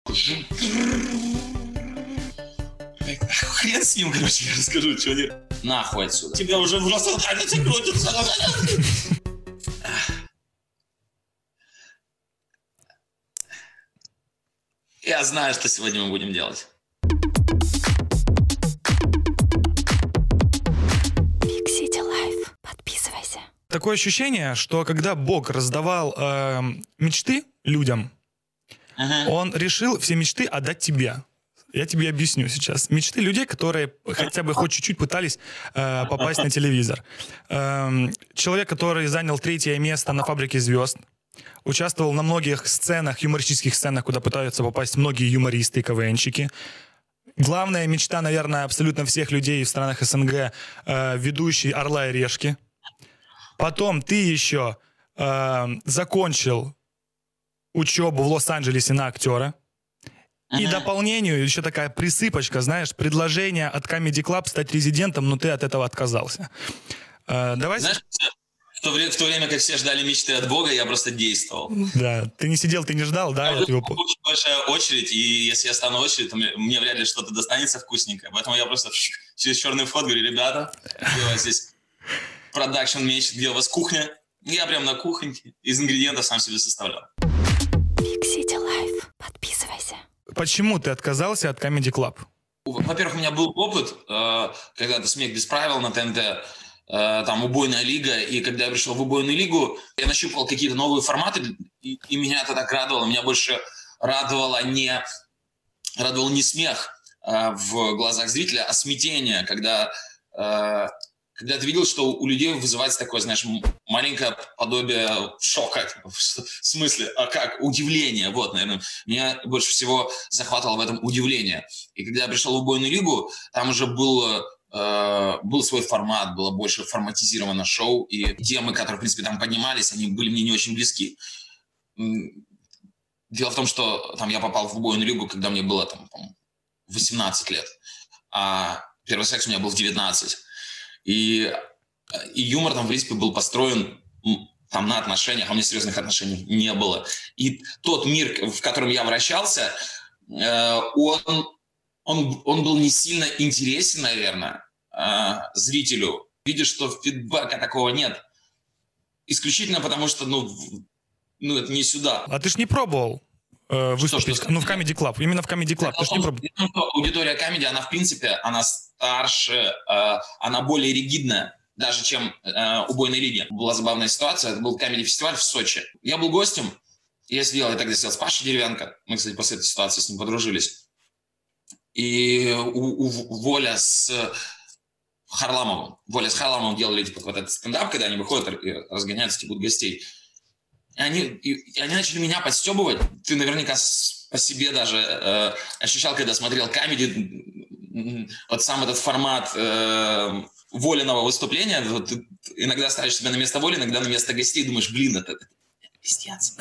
Хрен с ним, короче, я расскажу, что они... Нахуй отсюда. Тебя уже просто крутится. Я знаю, что сегодня мы будем делать. Big City Life. Подписывайся. Такое ощущение, что когда Бог раздавал мечты людям, Он решил все мечты отдать тебе. Я тебе объясню сейчас. Мечты людей, которые хотя бы хоть чуть-чуть пытались попасть на телевизор. Человек, который занял 3-е место на «Фабрике звезд», участвовал на многих сценах, юмористических сценах, куда пытаются попасть многие юмористы и КВНщики. Главная мечта, наверное, абсолютно всех людей в странах СНГ ведущий «Орла и решки». Потом ты еще закончил учебу в Лос-Анджелесе на актера. И дополнению еще такая присыпочка, знаешь, предложение от Comedy Club стать резидентом, но ты от этого отказался. Давай... Знаешь, в то время, как все ждали мечты от Бога, я просто действовал. Да, ты не сидел, ты не ждал, да? Очень большая очередь, и если я стану в очередь, то мне вряд ли что-то достанется вкусненькое. Поэтому я просто через черный вход говорю: ребята, где у вас здесь продакшн меч, где у вас кухня? Я прям на кухоньке из ингредиентов сам себе составлял. Big City Life. Подписывайся. Почему ты отказался от Comedy Club? Во-первых, у меня был опыт, когда-то «Смех без правил» на ТНТ, там «Убойная лига», и когда я пришел в «Убойную лигу», я нащупал какие-то новые форматы, и меня это так радовало. Меня больше радовал не смех в глазах зрителя, а смятение, когда ты видел, что у людей вызывается такое, знаешь, маленькое подобие шока. В смысле, а как? Удивление. Вот, наверное, меня больше всего захватывало в этом удивление. И когда я пришел в «Убойную лигу», там уже был свой формат, было больше форматизировано шоу, и темы, которые, в принципе, там поднимались, они были мне не очень близки. Дело в том, что там я попал в «Убойную лигу», когда мне было там, 18 лет, а первый секс у меня был в 19. И юмор там, в принципе, был построен там на отношениях, а у меня серьезных отношений не было. И тот мир, в котором я вращался, он был не сильно интересен, наверное, зрителю. Видишь, что фидбэка такого нет. Исключительно потому, что, это не сюда. А ты ж не пробовал выступить в Comedy Club? Именно в Comedy Club ты ж не пробовал? Аудитория комедии, она, в принципе, она старше, она более ригидная, даже чем «Убойной лиги». Была забавная ситуация. Это был комедий-фестиваль в Сочи. Я был гостем. Я тогда сидел с Пашей Деревянко. Мы, кстати, после этой ситуации с ним подружились. И Воля с Харламовым. Воля с Харламовым делали вот этот стендап, когда они выходят и разгоняются, будут гостей. И они начали меня подстебывать. Ты наверняка по себе даже ощущал, когда смотрел комеди, вот сам этот формат Волиного выступления. Вот ты иногда ставишь себя на место Воли, иногда на место гостей, думаешь, блин, это пиздец.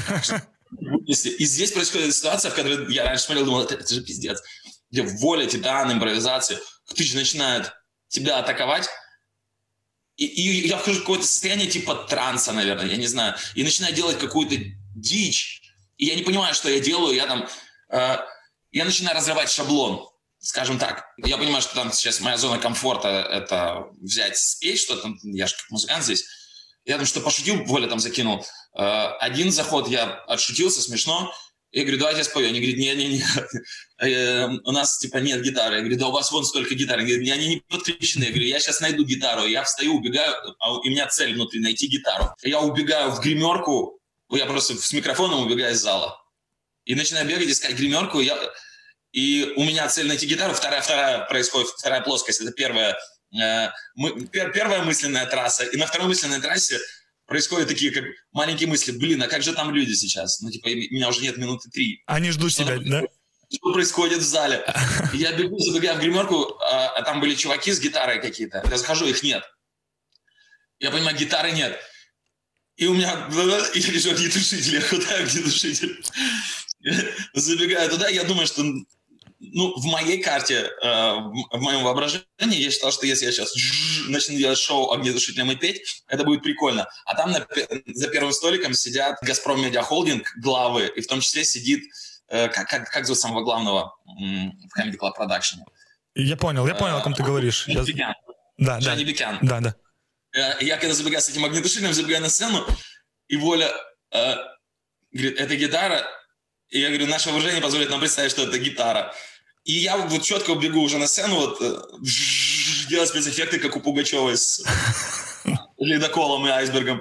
И здесь происходит ситуация, в которой я раньше смотрел, думал, это же пиздец. Где Воля, Титан, импровизация. Ты же начинает тебя атаковать. И я вхожу в какое-то состояние типа транса, наверное, я не знаю. И начинаю делать какую-то дичь. И я не понимаю, что я делаю. Я начинаю разрывать шаблон, скажем так. Я понимаю, что там сейчас моя зона комфорта – это взять, спеть что-то. Я же как музыкант здесь. Я там что-то пошутил, Воля там закинул. Один заход я отшутился, смешно. Я говорю, давайте я спою. Они говорят, не, у нас типа нет гитары. Я говорю, да у вас вон столько гитар. Они говорят, они не подключены. Я говорю, я сейчас найду гитару. Я встаю, убегаю, и у меня цель внутри найти гитару. Я убегаю в гримерку, я просто с микрофоном убегаю из зала. И начинаю бегать, искать гримерку. И у меня цель найти гитару. Вторая происходит, вторая плоскость. Это первая мысленная трасса. И на второй мысленной трассе происходят такие как маленькие мысли. Блин, а как же там люди сейчас? Меня уже нет минуты 3. Они ждут тебя, да? Что происходит в зале? Я бегу, забегаю в гримерку, а там были чуваки с гитарой какие-то. Я захожу, их нет. Я понимаю, гитары нет. И у меня... Я вижу огнетушитель, я худаю огнетушитель. Забегаю туда, я думаю, что... в моей карте, в моем воображении, я считал, что если я сейчас начну делать шоу огнетушителем и петь, это будет прикольно. А там за первым столиком сидят «Газпром Медиа Холдинг», главы, и в том числе сидит как зовут самого главного в Comedy Club Production? Я понял, о ком ты говоришь. Да, Джонни Бекян. Да. Я когда забегаю с этим огнетушителем, забегаю на сцену, и Воля говорит, это гитара. И я говорю, наше вооружение позволит нам представить, что это гитара. И я вот четко бегу уже на сцену, вот делать спецэффекты, как у Пугачевой с ледоколом и айсбергом.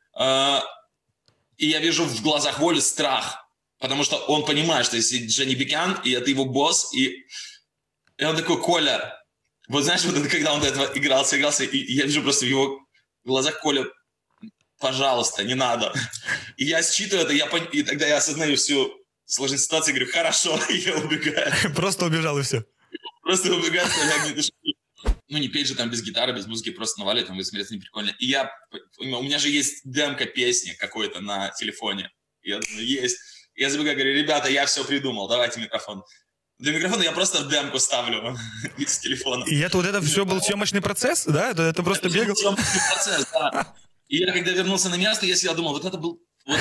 И я вижу в глазах Воли страх, потому что он понимает, что если Джонни Бекян, и это его босс, и он такой, Коля, вот знаешь, вот это, когда он до этого игрался, и я вижу просто в его глазах, Коля, пожалуйста, не надо. И я считываю это, и тогда я осознаю всю сложность ситуации, говорю, хорошо, и я убегаю. Просто убежал, и все. Просто убегаю, ну, не петь же там без гитары, без музыки, просто навалить, там будет смотреться неприкольно. И у меня же есть демка песни какой-то на телефоне. И я думаю, есть. И я забегаю, говорю, ребята, я все придумал, давайте микрофон. Для микрофона я просто в демку ставлю с телефона. И это все был съемочный процесс, да? Это просто бегал? Это съемочный процесс, да. И я, когда вернулся на место, я думал, вот это был... Вот,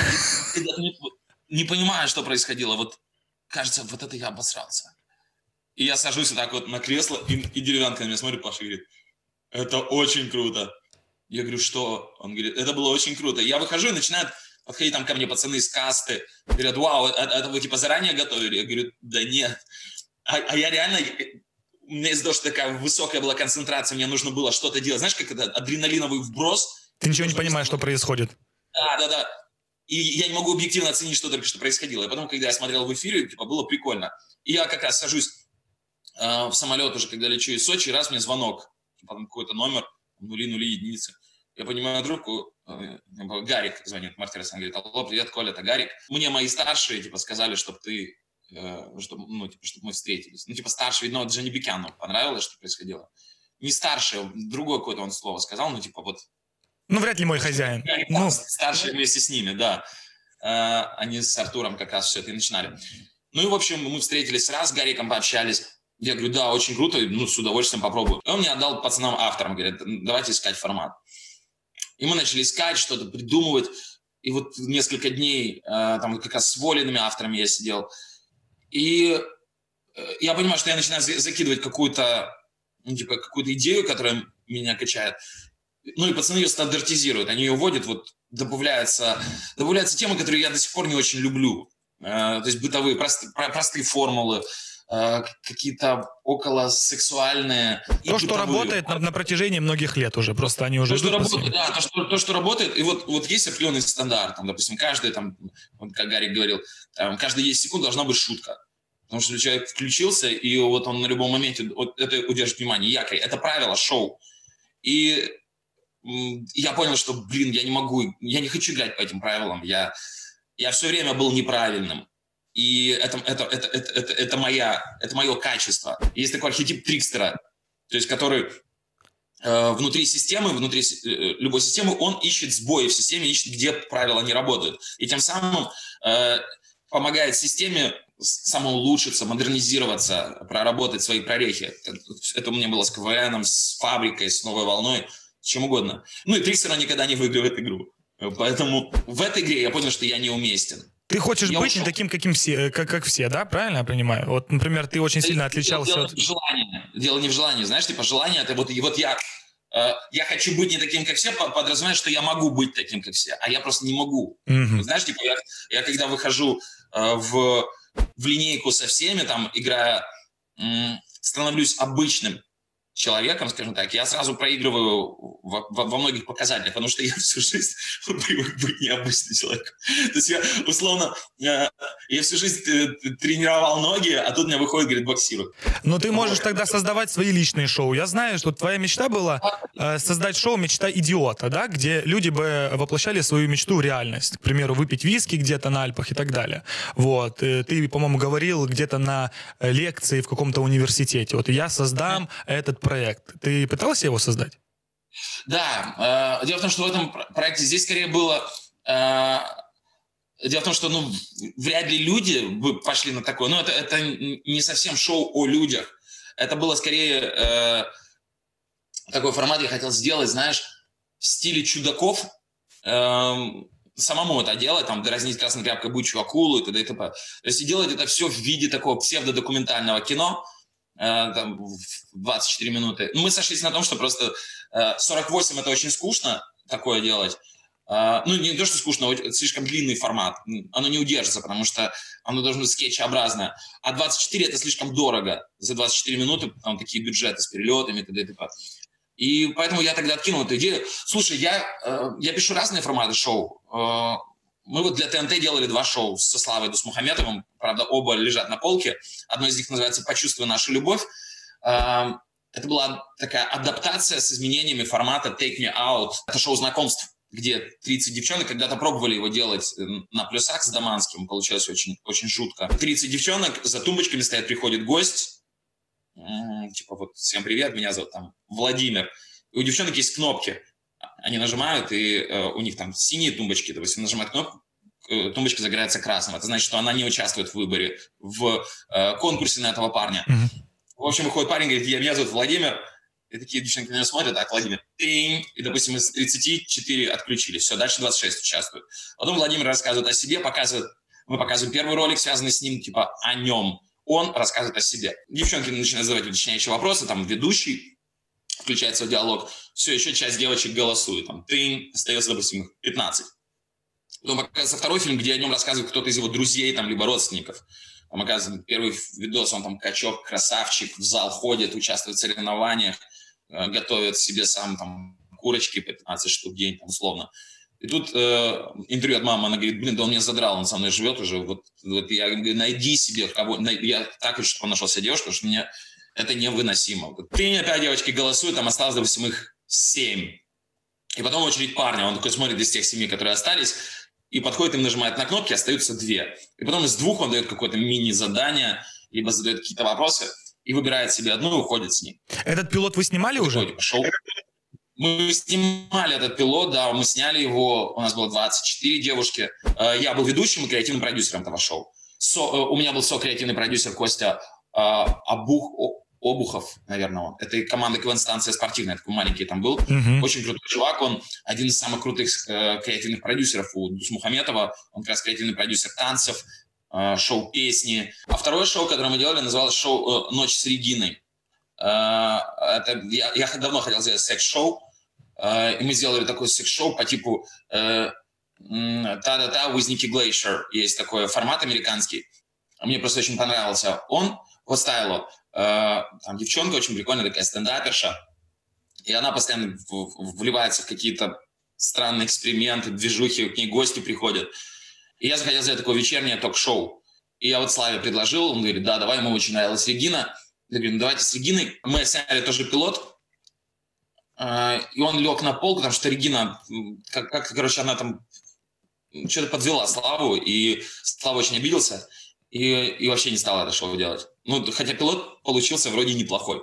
не понимаю, что происходило. Вот, кажется, вот это я обосрался. И я сажусь вот так вот на кресло, и деревянка на меня смотрит, Паша говорит, это очень круто. Я говорю, что? Он говорит, это было очень круто. Я выхожу, и начинают подходить там ко мне пацаны из касты. Говорят, вау, это вы типа заранее готовили? Я говорю, да нет. А я реально... У меня из-за того, что такая высокая была концентрация, мне нужно было что-то делать. Знаешь, как это адреналиновый вброс. Ты ничего не понимаешь, что происходит. Да. И я не могу объективно оценить, что только что происходило. И потом, когда я смотрел в эфире, типа, было прикольно. И я как раз сажусь в самолет уже, когда лечу из Сочи, и раз мне звонок. Типа, там какой-то номер, 0, единицы. Я поднимаю трубку, Гарик звонит, Мартиросян, говорит, алло, привет, Коля, это Гарик. Мне мои старшие, типа, сказали, чтобы ты, чтобы мы встретились. Ну, типа, старший, видно, Джонни Бекяну понравилось, что происходило. Не старший, другое какое-то он слово сказал, ну, типа, вот. Ну, вряд ли мой хозяин. Ну, старшие вместе с ними, да. Они с Артуром как раз все это и начинали. Ну, и, в общем, мы встретились раз, с Гариком пообщались. Я говорю, да, очень круто, ну, с удовольствием попробую. И он мне отдал пацанам-авторам, говорит, давайте искать формат. И мы начали искать, что-то придумывать. И вот несколько дней там как раз с Волиными авторами я сидел. И я понимаю, что я начинаю закидывать какую-то, ну, типа, какую-то идею, которая меня качает. Ну, и пацаны ее стандартизируют. Они ее вводят, вот добавляются темы, которые я до сих пор не очень люблю. То есть бытовые, простые формулы, какие-то околосексуальные. То, что работает на протяжении многих лет уже, просто они уже... То, что работает, и вот есть определенный стандарт, там, допустим, каждый, там, как Гарик говорил, там, каждые 10 секунд должна быть шутка. Потому что человек включился, и вот он на любом моменте вот это удержит внимание. Якорь. Это правило шоу. И я понял, что, блин, я не хочу играть по этим правилам. Я все время был неправильным. И это мое качество. Есть такой архетип трикстера, то есть который внутри любой системы, он ищет сбои в системе, ищет, где правила не работают. И тем самым помогает системе самоулучшиться, модернизироваться, проработать свои прорехи. Это у меня было с КВНом, с фабрикой, с новой волной, с чем угодно. Ну и трикстер никогда не выигрывает игру. Поэтому в этой игре я понял, что я неуместен. Ты хочешь быть не таким, как все, да? Правильно я понимаю? Вот, например, ты очень сильно отличался от... Дело не в желании. Знаешь, типа желание, это вот я хочу быть не таким, как все, подразумевает, что я могу быть таким, как все, а я просто не могу. Mm-hmm. Знаешь, типа я когда выхожу в линейку со всеми, там, играя, становлюсь обычным человеком, скажем так, я сразу проигрываю во многих показателях, потому что я всю жизнь привык быть необычным человеком. То есть я, условно, я всю жизнь тренировал ноги, а тут мне выходит, говорит, боксируй. Но ты можешь тогда создавать свои личные шоу. Я знаю, что твоя мечта была создать шоу «Мечта идиота», да, где люди бы воплощали свою мечту в реальность. К примеру, выпить виски где-то на Альпах и так далее. Вот. Ты, по-моему, говорил где-то на лекции в каком-то университете. Вот я создам этот проект. Ты пытался его создать? Да. Дело в том, что в этом проекте здесь скорее было... Дело в том, что вряд ли люди бы пошли на такое. Но это не совсем шоу о людях. Это было скорее... такой формат я хотел сделать, знаешь, в стиле чудаков. самому это делать, там, дразнить красной тряпкой бычью акулу и т.д. и т.п. То есть и делать это все в виде такого псевдодокументального кино, там, в 24 минуты. Ну, мы сошлись на том, что просто 48 – это очень скучно такое делать. Ну, не то, что скучно, это слишком длинный формат. Оно не удержится, потому что оно должно быть скетчеобразное. А 24 – это слишком дорого. За 24 минуты там такие бюджеты с перелетами и т.д. и т.п. И поэтому я тогда откинул эту идею. Слушай, я пишу разные форматы шоу. Мы вот для ТНТ делали 2 шоу со Славой Дусмухаметовым. Правда, оба лежат на полке. Одно из них называется «Почувствуй нашу любовь». Это была такая адаптация с изменениями формата «Take Me Out». Это шоу знакомств, где 30 девчонок когда-то пробовали его делать на плюсах с Даманским. Получилось очень, очень жутко. 30 девчонок, за тумбочками стоят, приходит гость. Типа вот «Всем привет, меня зовут там Владимир». И у девчонок есть кнопки. Они нажимают, и у них там синие тумбочки. То есть нажимают кнопку, тумбочка загорается красным. Это значит, что она не участвует в выборе, в конкурсе на этого парня. В общем, выходит парень, говорит: меня зовут Владимир. И такие девчонки на него смотрят: так, Владимир, и, допустим, из 34 отключились. Все, дальше 26 участвуют. Потом Владимир рассказывает о себе, мы показываем первый ролик, связанный с ним, типа о нем. Он рассказывает о себе. Девчонки начинают задавать уточняющие вопросы, там ведущий включается в диалог. Все, еще часть девочек голосует. Там, остается, допустим, их 15. Потом показывается второй фильм, где о нем рассказывает кто-то из его друзей, там, либо родственников. Там, оказывается, первый видос, он там качок, красавчик, в зал ходит, участвует в соревнованиях, готовит себе сам там курочки по 15 штук в день, там, условно. И тут интервью от мамы, она говорит: да он меня задрал, он со мной живет уже. Вот я говорю: найди себе кого. Я так хочу, чтобы он нашел себе девушку, потому что мне это невыносимо. Опять девочки голосуют, там осталось, допустим, их 7. И потом очередь парня, он такой смотрит из тех 7, которые остались, и подходит им, нажимает на кнопки, остаются 2. И потом из 2 он дает какое-то мини-задание, либо задает какие-то вопросы, и выбирает себе одну и уходит с ней. Этот пилот вы снимали уже? Пошел. Мы снимали этот пилот, да, мы сняли его, у нас было 24 девушки. Я был ведущим и креативным продюсером этого шоу. У меня был со-креативный продюсер Костя Обухов, наверное, он. Это команда КВН-станция спортивная, такой маленький там был. Очень крутой чувак, он один из самых крутых креативных продюсеров у Дусмухаметова. Он как раз креативный продюсер танцев, шоу «Песни». А второе шоу, которое мы делали, называлось шоу «Ночь с Региной». Я давно хотел сделать секс-шоу, и мы сделали такое секс-шоу по типу «Та-да-та» with Nikki Glacier. Есть такой формат американский. Мне просто очень понравился он по стайлу. Там девчонка очень прикольная, такая стендаперша, и она постоянно вливается в какие-то странные эксперименты, движухи, к ней гости приходят. И я захотел сделать такое вечернее ток-шоу. И я вот Славе предложил, он говорит: да, давай, ему очень нравилась Регина. Я говорю: ну давайте с Региной. Мы сняли тоже пилот, и он лег на пол, потому что Регина, короче, она там что-то подвела Славу, и Слава очень обиделся, и вообще не стал это шоу делать. Ну, хотя пилот получился вроде неплохой.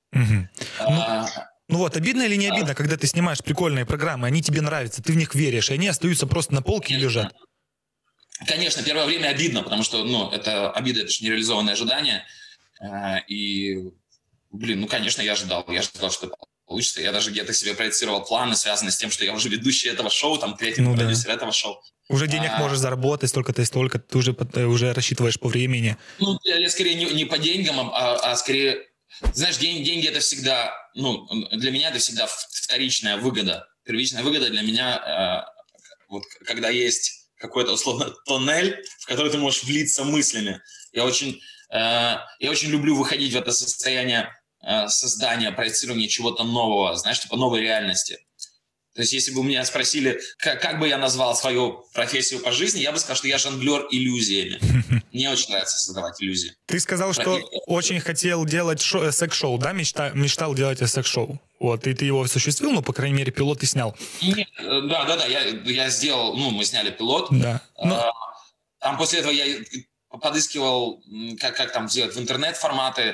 Ну вот, обидно или не обидно, когда ты снимаешь прикольные программы, они тебе нравятся, ты в них веришь, и они остаются просто на полке и лежат? Конечно, первое время обидно, потому что, это обида, это же нереализованное ожидание. И, конечно, я ожидал, что получится. Я даже где-то себе проецировал планы, связанные с тем, что я уже ведущий этого шоу, там, креативный продюсер этого шоу. Уже денег можешь заработать, столько-то и столько, ты уже рассчитываешь по времени. Ну, я скорее не по деньгам, а скорее, знаешь, деньги это всегда, для меня это всегда вторичная выгода. Первичная выгода для меня, вот когда есть какой-то, условно, тоннель, в который ты можешь влиться мыслями. Я очень люблю выходить в это состояние создания, проецирования чего-то нового, знаешь, типа новой реальности. То есть, если бы у меня спросили, как бы я назвал свою профессию по жизни, я бы сказал, что я жонглер иллюзиями. Мне очень нравится создавать иллюзии. Ты сказал, что очень хотел делать секс-шоу, да? Мечтал делать секс-шоу. Вот, и ты его осуществил, по крайней мере, пилот ты снял. Нет, да, я сделал, мы сняли пилот. Да. Там после этого я подыскивал, как там сделать в интернет-форматы,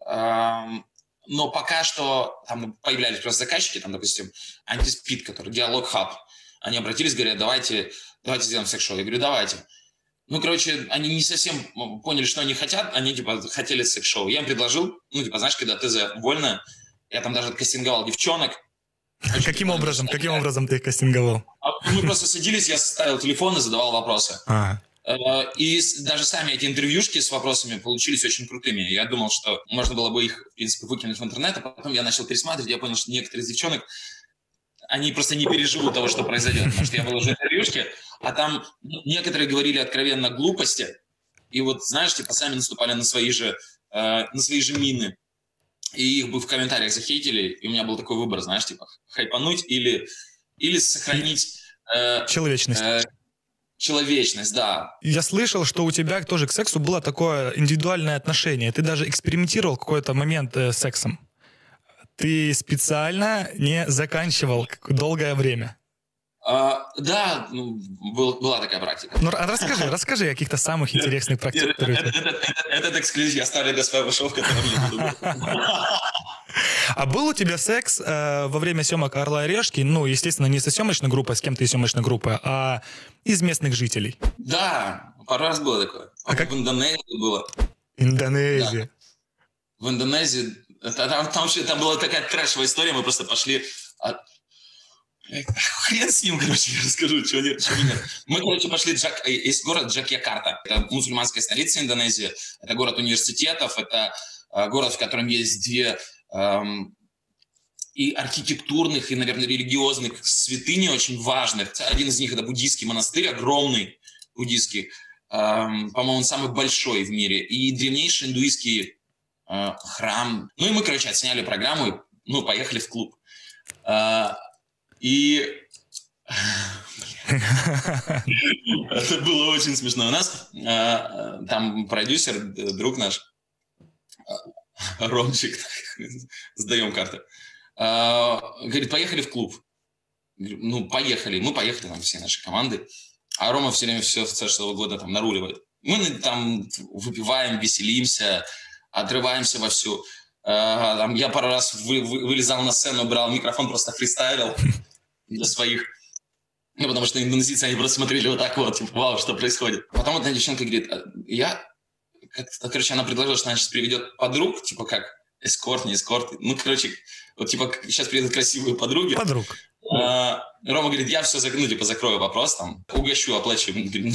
но пока что там появлялись просто заказчики, там, допустим, Антиспид, который Диалог Хаб. Они обратились, говорят: давайте сделаем секс-шоу. Я говорю: давайте. Они не совсем поняли, что они хотят. Они, хотели секс-шоу. Я им предложил, знаешь, когда ТЗ вольно, я там даже кастинговал девчонок, Каким образом ты их кастинговал? Мы просто садились, я ставил телефон и задавал вопросы. И даже сами эти интервьюшки с вопросами получились очень крутыми. Я думал, что можно было бы их, в принципе, выкинуть в интернет, а потом я начал пересматривать, я понял, что некоторые из девчонок, они просто не переживут того, что произойдет. Потому что я выложил интервьюшки, а там некоторые говорили откровенно глупости, и вот, знаешь, типа сами наступали на свои же мины. И их бы в комментариях захейтили, и у меня был такой выбор, знаешь, типа хайпануть или сохранить... Человечность. Человечность, да. Я слышал, что у тебя тоже к сексу было такое индивидуальное отношение. Ты даже экспериментировал в какой-то момент с сексом. Ты специально не заканчивал долгое время. Да, была такая практика. Ну, расскажи о каких-то самых интересных практиках. Этот эксклюзив, я старый для своего шоу, в котором я буду. А был у тебя секс во время съемок «Орла и решки»? Ну, естественно, не со съемочной группой, с кем-то из съемочной группы, а из местных жителей. Да, пару раз было такое. В Индонезии было. Индонезия. Да. В Индонезии. Там была такая трэшевая история, мы просто пошли... Хрен с ним, короче, я расскажу, чего нет. Мы, короче, пошли... Есть город Джакьякарта. Это мусульманская столица Индонезии. Это город университетов. Это город, в котором есть две и архитектурных, и, наверное, религиозных святыни очень важных. Один из них – это буддийский монастырь, огромный буддийский. По-моему, он самый большой в мире. И древнейший индуистский храм. Ну и мы, короче, отсняли программу, и, поехали в клуб. И это было очень смешно. У нас там продюсер, друг наш, Ромчик, сдаем карты, говорит, поехали в клуб. Говорю, поехали. Мы поехали, там все наши команды. А Рома все время все с прошлого года там наруливает. Мы там выпиваем, веселимся, отрываемся вовсю. Я пару раз вылезал на сцену, брал микрофон, просто фристайлил для своих. Потому что индонезийцы, они просто смотрели вот так вот, типа, вау, что происходит. Потом одна девчонка говорит, она предложила, что она сейчас приведет подруг, типа как эскорт, не эскорт. Вот типа сейчас приедут красивые подруги. Подруг. Рома говорит, я все закрою вопрос, там, угощу, оплачу.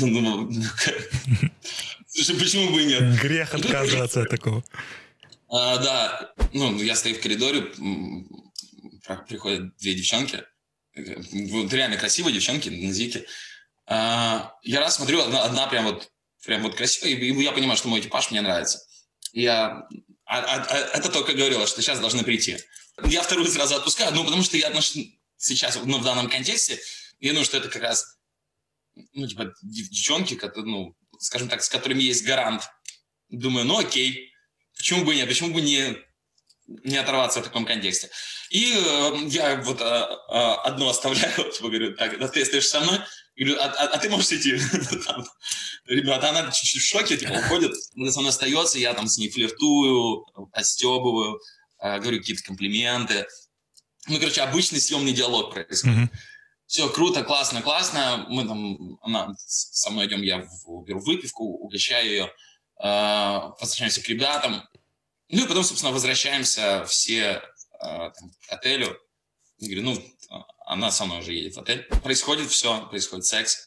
Слушай, почему бы и нет? Грех отказываться от такого. Да, я стою в коридоре, приходят две девчонки, реально красивые девчонки, индонезийки. Я раз смотрю, одна прям вот красивая, и я понимаю, что мой типаж мне нравится. Это только говорила, что сейчас должны прийти. Я вторую сразу отпускаю, потому что я отношусь сейчас, в данном контексте, я думаю, что это как раз, типа, девчонки, скажем так, с которыми есть гарант. Думаю, окей. Почему бы нет? Почему бы не оторваться в таком контексте? И я вот одну оставляю, типа говорю, так, ты остаешься со мной? И говорю, а ты можешь идти? Ребята, она чуть-чуть в шоке, типа уходит, она остается, я там с ней флиртую, отстебываю, говорю какие-то комплименты. Обычный съемный диалог происходит. Все круто, классно. Она со мной идем, я беру выпивку, угощаю ее. Возвращаемся к ребятам. И потом, собственно, возвращаемся все к отелю. Я говорю, она со мной уже едет в отель. Происходит все, происходит секс.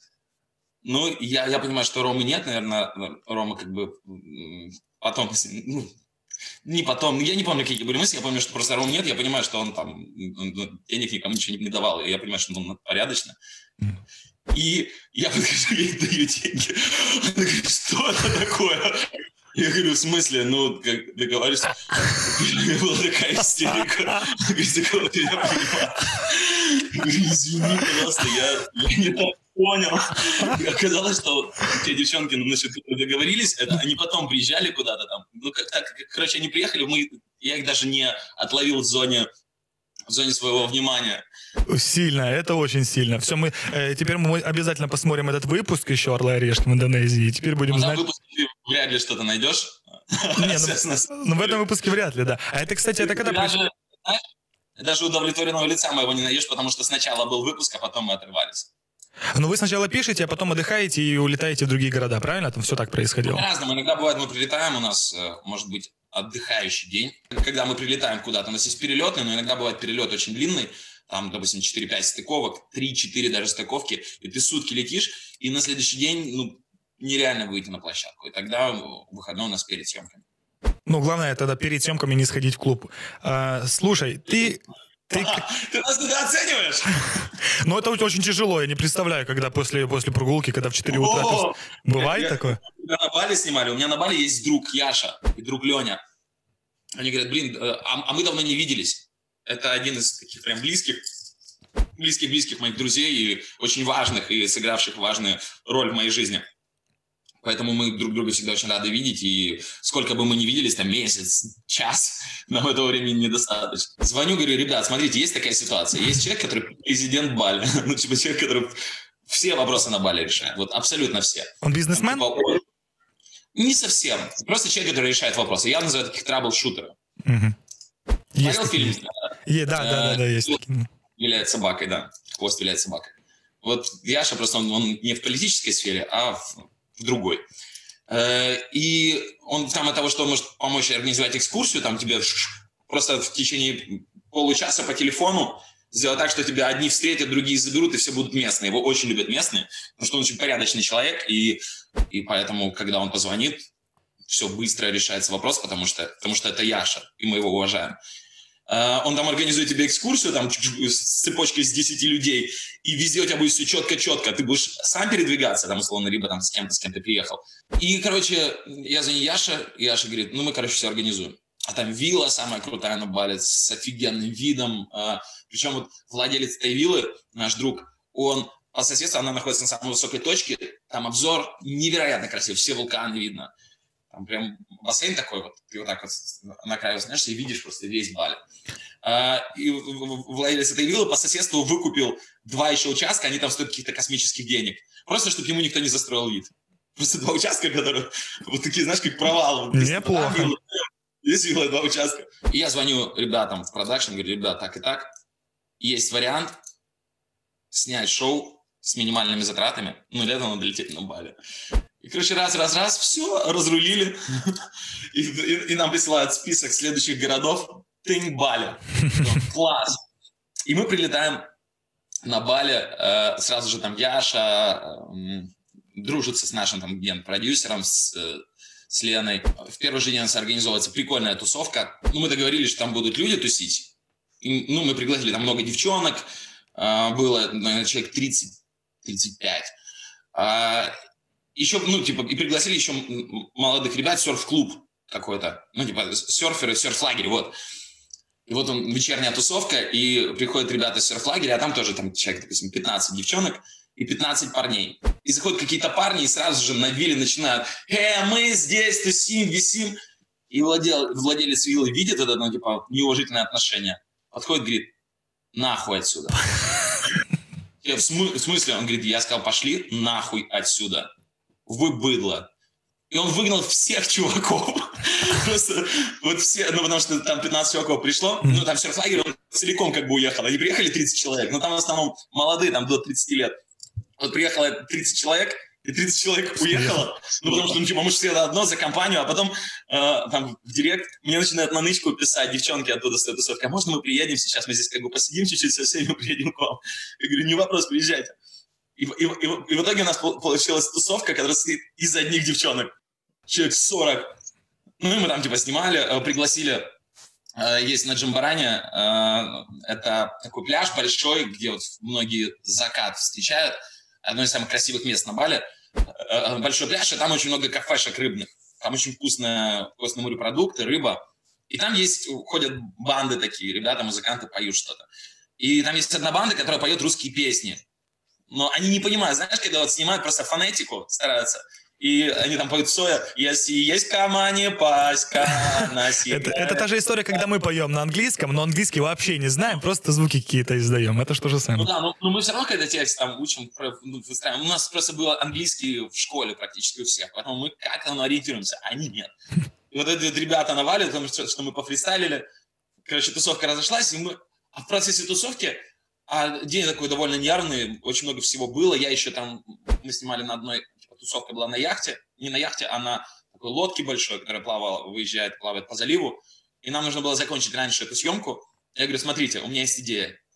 Я понимаю, что Ромы нет, наверное, Рома как бы потом... не потом, я не помню, какие были мысли, я помню, что просто Рома нет, я понимаю, что он там денег никому ничего не давал, и я понимаю, что он порядочно. И я подхожу, я ей даю деньги. Она говорит, что это такое? Я говорю, в смысле? Как договариваешься? У меня была такая истерика. Она говорит, за кого ты, я понимаю. Я говорю, извини, пожалуйста, я не так понял. И оказалось, что те девчонки, договорились, они потом приезжали куда-то там. Короче, они приехали, я их даже не отловил в зоне своего внимания. Сильно, это очень сильно. Все, теперь мы обязательно посмотрим этот выпуск еще «Орла и решки» в Индонезии. И теперь будем знать... В выпуске ты вряд ли что-то найдешь. В этом выпуске вряд ли, да. А это, кстати, это когда... Даже удовлетворенного лица моего не найдешь, потому что сначала был выпуск, а потом мы отрывались. Вы сначала пишете, а потом отдыхаете и улетаете в другие города, правильно? Там все так происходило? По-разному. Иногда бывает, мы прилетаем, у нас, может быть, отдыхающий день. Когда мы прилетаем куда-то, у нас есть перелетный, но иногда бывает перелет очень длинный. там, допустим, 4-5 стыковок, 3-4 даже стыковки, и ты сутки летишь, и на следующий день, ну, нереально выйти на площадку. И тогда выходной у нас перед съемками. Ну, главное тогда перед съемками не сходить в клуб. Слушай, ты нас недооцениваешь? Ну, это очень тяжело. Я не представляю, когда после прогулки, когда в 4 утра... Бывает такое? Когда на Бали снимали, у меня на Бали есть друг Яша и друг Леня. Они говорят, блин, а мы давно не виделись. Это один из таких прям близких моих друзей и очень важных, и сыгравших важную роль в моей жизни. Поэтому мы друг друга всегда очень рады видеть, и сколько бы мы ни виделись, там месяц, час, нам этого времени недостаточно. Звоню, говорю, ребят, смотрите, есть такая ситуация. Есть человек, который президент Бали. Ну, типа человек, который все вопросы на Бали решает. Вот абсолютно все. Он бизнесмен? Там, типа, не совсем. Просто человек, который решает вопросы. Я называю таких трабл-шутеров. Смотрел фильм? Да, есть такие. Виляет собакой, да. Хвост виляет собакой. Вот Яша просто, он не в политической сфере, а в другой. И он там от того, что он может помочь организовать экскурсию, там тебе просто в течение получаса по телефону сделать так, что тебя одни встретят, другие заберут, и все будут местные. Его очень любят местные, потому что он очень порядочный человек, и поэтому, когда он позвонит, все быстро решается вопрос, потому что это Яша, и мы его уважаем. Он там организует тебе экскурсию там, с цепочкой из 10 людей, и везде у тебя будет все четко-четко. Ты будешь сам передвигаться, там, условно, либо там с кем-то приехал. И, короче, я звоню Яше, и Яша говорит, ну, мы, короче, все организуем. А там вилла самая крутая на Бали, с офигенным видом. Причем вот владелец этой виллы, наш друг, он по соседству, она находится на самой высокой точке, там обзор невероятно красивый, все вулканы видно. Там прям бассейн такой вот, ты вот так вот на краю знаешь, и видишь просто весь Бали. И владелец этой виллы по соседству выкупил 2 еще участка, они там стоят каких-то космических денег. Просто, чтобы ему никто не застроил вид. Просто 2 участка, которые вот такие, знаешь, как провалы. Неплохо. Здесь вилла 2 участка. И я звоню ребятам в продакшн, говорю, ребят, так и так. Есть вариант снять шоу с минимальными затратами, но летом надо лететь на Бали. И, короче, раз, все, разрулили. И нам присылают список следующих городов. Тынь, Бали. Класс. И мы прилетаем на Бали. Сразу же там Яша дружится с нашим там ген-продюсером, с Леной. В первый же день у нас организовывается прикольная тусовка. Ну, мы договорились, что там будут люди тусить. И, ну, мы пригласили там много девчонок. Было, наверное, человек 30-35. Еще, ну, типа, и пригласили еще молодых ребят в серф-клуб какой-то. Ну, типа, серферы, серф-лагерь, вот. И вот он, вечерняя тусовка, и приходят ребята с серф-лагеря, а там тоже там человек, допустим, 15 девчонок и 15 парней. И заходят какие-то парни, и сразу же на вилле начинают: мы здесь тусим, висим. И владелец виллы видит это, ну, типа, неуважительное отношение. Подходит, говорит: нахуй отсюда. В смысле? Он говорит: я сказал, пошли нахуй отсюда. Вы быдло. И он выгнал всех чуваков. Просто вот все, ну, потому что там 15 чуваков пришло, ну, там серф-лагерь, он целиком как бы уехал. Они приехали 30 человек, но там в основном молодые, там до 30 лет. Вот приехало 30 человек, и 30 человек уехало. Ну, потому что, ну, типа, мы же все одно за компанию, а потом там в директ мне начинают на нычку писать девчонки оттуда с этой тусовки: а можно мы приедем сейчас, мы здесь как бы посидим чуть-чуть со всеми, приедем к вам? Я говорю: не вопрос, приезжайте. И в итоге у нас получилась тусовка, которая состоит из одних девчонок. Человек 40. Ну, и мы там, типа, снимали, пригласили. Есть на Джамбаране, это такой пляж большой, где вот многие закат встречают. Одно из самых красивых мест на Бали. Большой пляж, и там очень много кафешек рыбных. Там очень вкусные морепродукты, рыба. И там ходят банды такие, ребята, музыканты поют что-то. И там есть одна банда, которая поет русские песни. Но они не понимают, знаешь, когда вот снимают просто фонетику, стараются. И они там поют Соя: если есть камани, паська на себе. Это та же история, когда мы поем на английском, но английский вообще не знаем, просто звуки какие-то издаем. Это что же самое. Ну да, но мы все равно, когда текст там учим, выстраиваем. У нас просто был английский в школе практически у всех, поэтому мы как-то ориентируемся, а они нет. И вот эти вот ребята навалили, потому что мы пофристайлили. Короче, тусовка разошлась, и мы... А в процессе тусовки... день такой довольно нервный, очень много всего было. Я еще там... Мы снимали на одной... Тусовка была на яхте. Не на яхте, а на такой лодке большой, которая плавает по заливу. И нам нужно было закончить раньше эту съемку. Я говорю: смотрите, у меня есть идея.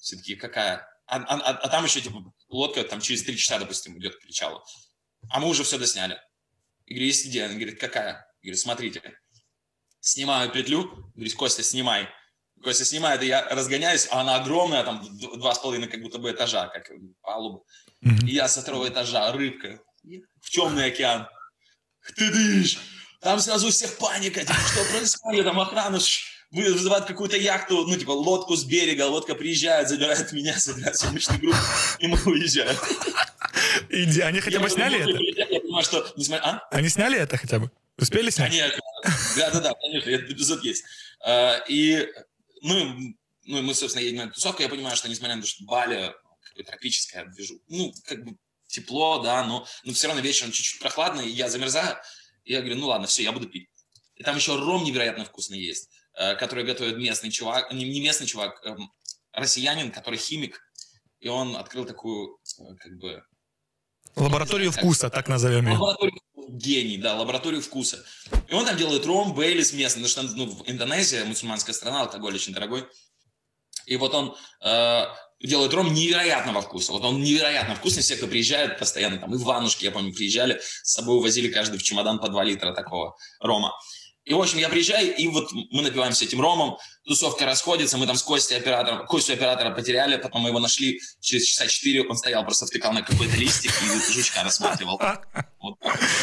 Все такие, какая? А там еще, типа, лодка там через 3 часа, допустим, идет к причалу. А мы уже все досняли. Я говорю, есть идея. Она говорит, какая? Я говорю, смотрите. Снимаю петлю. Говорит, Костя, снимай. Костя снимает, и я разгоняюсь, а она огромная, там 2,5 как будто бы этажа, как палуба. И я со 2-го этажа, рыбка, в темный океан. Ты дышь! Там сразу у всех паника, типа, что происходит, там охрана вызывает какую-то яхту, ну, типа, лодку с берега, лодка приезжает, забирает меня, забирает съемочную группу, и мы уезжаем. Они хотя бы сняли это? Я понимаю, что... Они сняли это хотя бы? Успели снять? Конечно. Да, конечно, этот эпизод есть. И мы, собственно, едем на эту тусовку, я понимаю, что, несмотря на то, что Бали, тропическая, движу, ну, как бы тепло, да, но все равно вечером чуть-чуть прохладно, и я замерзаю, и я говорю, ну ладно, все, я буду пить. И там еще ром невероятно вкусный есть, который готовит местный чувак, не местный чувак, россиянин, который химик, и он открыл такую, как бы... Лабораторию вкуса, так назовем ее. Гений, да, лабораторию вкуса. И он там делает ром, Бейлис местный, потому что Индонезия, мусульманская страна, алкоголь очень дорогой. И вот он делает ром невероятного вкуса. Вот он невероятно вкусный. Все, кто приезжает постоянно, там, Иванушки, я помню, приезжали, с собой увозили каждый в чемодан по 2 литра такого рома. И, в общем, я приезжаю, и вот мы напиваемся этим ромом, тусовка расходится, мы там с Костю оператора потеряли, потом мы его нашли через часа 4, он стоял, просто втыкал на какой-то листик и жучка рассматривал. Вот.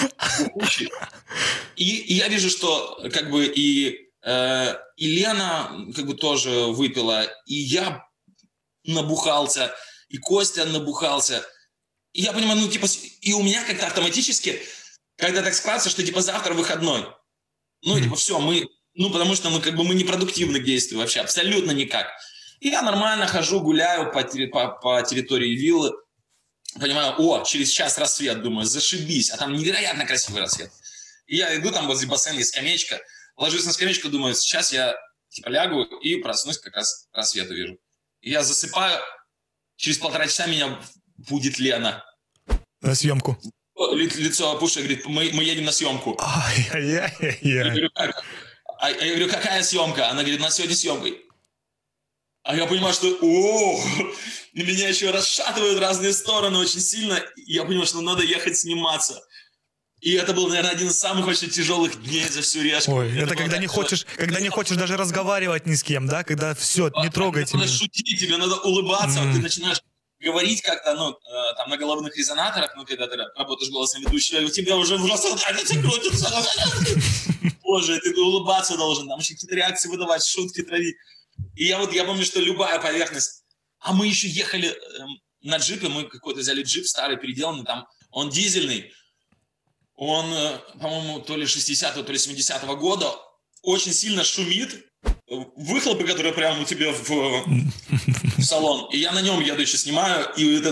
И я вижу, что как бы и Лена как бы тоже выпила, и я набухался, и Костя набухался. И я понимаю, ну, типа, и у меня как-то автоматически, когда так складывается, что, типа, завтра выходной. Ну, типа, все, потому что мы непродуктивны к действию вообще, абсолютно никак. И я нормально хожу, гуляю по территории виллы, понимаю, через час рассвет, думаю, зашибись, а там невероятно красивый рассвет. И я иду, там возле бассейна есть скамеечка, ложусь на скамеечку, думаю, сейчас я, типа, лягу и проснусь, как раз рассвет увижу. И я засыпаю, через 1,5 часа меня будет Лена. На съемку. Лицо опухшее, говорит, мы едем на съемку. Ай-яй-яй. Я говорю, какая съемка? Она говорит, у нас сегодня съемка. А я понимаю, что и меня еще расшатывают в разные стороны очень сильно. И я понимаю, что надо ехать сниматься. И это был, наверное, один из самых очень тяжелых дней за всю решку. Ой, это когда не хочешь даже разговаривать ни с кем, да? Когда все, не трогайте меня. Надо шутить, тебе надо улыбаться, ты начинаешь говорить как-то, там, на головных резонаторах, когда ты работаешь голосом ведущего, у тебя уже просто крутится. Боже, ты улыбаться должен, там еще какие-то реакции выдавать, шутки травить. И я помню, что любая поверхность... А мы еще ехали на джипе, мы какой-то взяли джип старый, переделанный, там, он дизельный, он, по-моему, то ли 60-го, то ли 70-го года, очень сильно шумит, выхлопы, которые прямо у тебя в салон. И я на нем еду еще снимаю, и это...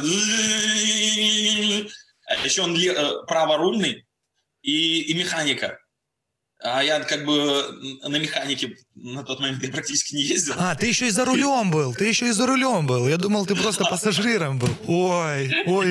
А еще он праворульный и механика. А я как бы на механике на тот момент я практически не ездил. Ты еще и за рулем был. Я думал, ты просто пассажиром был. Ой.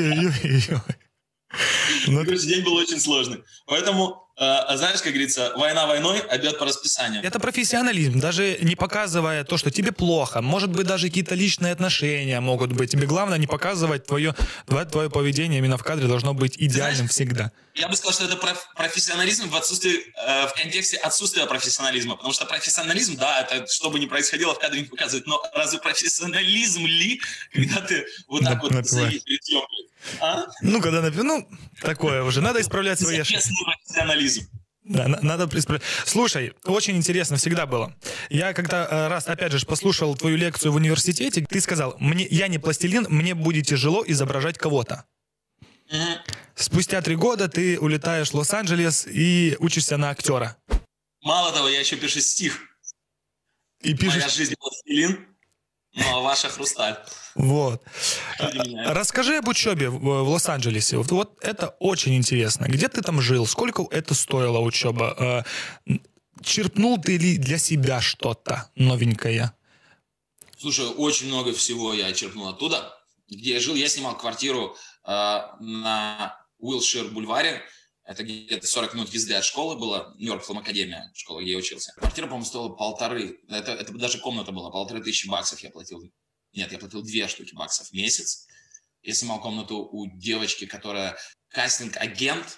Короче, день был очень сложный. Поэтому, знаешь, как говорится, война войной, обед по расписанию. Это профессионализм, даже не показывая то, что тебе плохо. Может быть, даже какие-то личные отношения могут быть. Тебе главное не показывать твое поведение именно в кадре должно быть идеальным всегда. Я бы сказал, что это профессионализм в контексте отсутствия профессионализма. Потому что профессионализм, да, это что бы ни происходило, в кадре не показывает. Но разве профессионализм ли, когда ты вот так вот стоишь перед съемкой? Такое уже. Надо исправлять свои ошибки. Профессионализм. Да, надо исправлять. Слушай, очень интересно всегда было. Я когда раз, опять же, послушал твою лекцию в университете, ты сказал, я не пластилин, мне будет тяжело изображать кого-то. Спустя 3 года ты улетаешь в Лос-Анджелес и учишься на актера. Мало того, я еще пишу стих. И пишешь... Моя жизнь пластилин, но ваша хрусталь. Вот. Расскажи об учебе в Лос-Анджелесе. Вот это очень интересно. Где ты там жил? Сколько это стоила учеба? Черпнул ты ли для себя что-то новенькое? Слушай, очень много всего я черпнул оттуда. Где я жил, я снимал квартиру на Уилшир-бульваре. Это где-то 40 минут езды от школы было. Нью-Йорк Филм-академия, школа, где я учился. Квартира, по-моему, стоила 1,5. Это даже комната была, $1500 я платил Нет, я платил 2 штуки баксов в месяц. Я снимал комнату у девочки, которая кастинг-агент,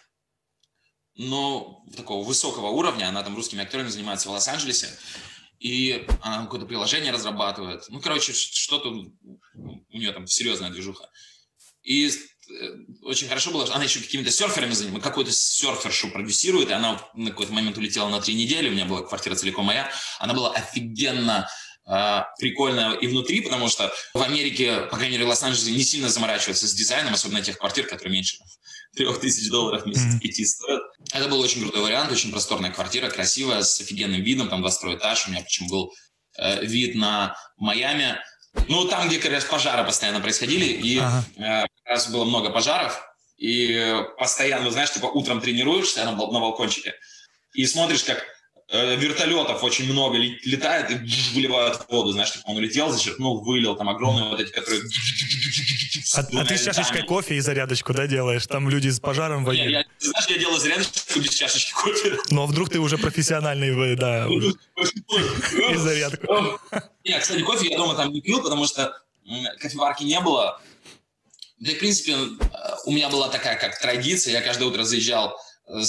но такого высокого уровня. Она там русскими актерами занимается в Лос-Анджелесе. И она какое-то приложение разрабатывает. Ну, короче, что-то у нее там серьезная движуха. И очень хорошо было, что она еще какими-то серферами занимается, какую-то серфершу продюсирует, и она на какой-то момент улетела на 3 недели, у меня была квартира целиком моя. Она была офигенно прикольная и внутри, потому что в Америке, по крайней мере, в Лос-Анджелесе не сильно заморачиваются с дизайном, особенно тех квартир, которые меньше $3000 в месяц 5 стоят. Это был очень крутой вариант, очень просторная квартира, красивая, с офигенным видом, там 22 этаж, у меня причем был вид на Майами. Ну, там, где, конечно, пожары постоянно происходили, и как раз было много пожаров, и постоянно, знаешь, типа утром тренируешься на балкончике, и смотришь, как вертолетов очень много летает и выливают в воду, знаешь, типа он улетел, зачерпнул, вылил, там огромные вот эти, которые... А ты с чашечкой кофе и зарядочку, да, делаешь? Там люди с пожаром воюют. Знаешь, я делаю зарядочку без чашечки кофе. Но вдруг ты уже профессиональный, да, и зарядку. Нет, кстати, кофе я дома там не пил, потому что кофеварки не было. Да и, в принципе, у меня была такая как традиция, я каждое утро заезжал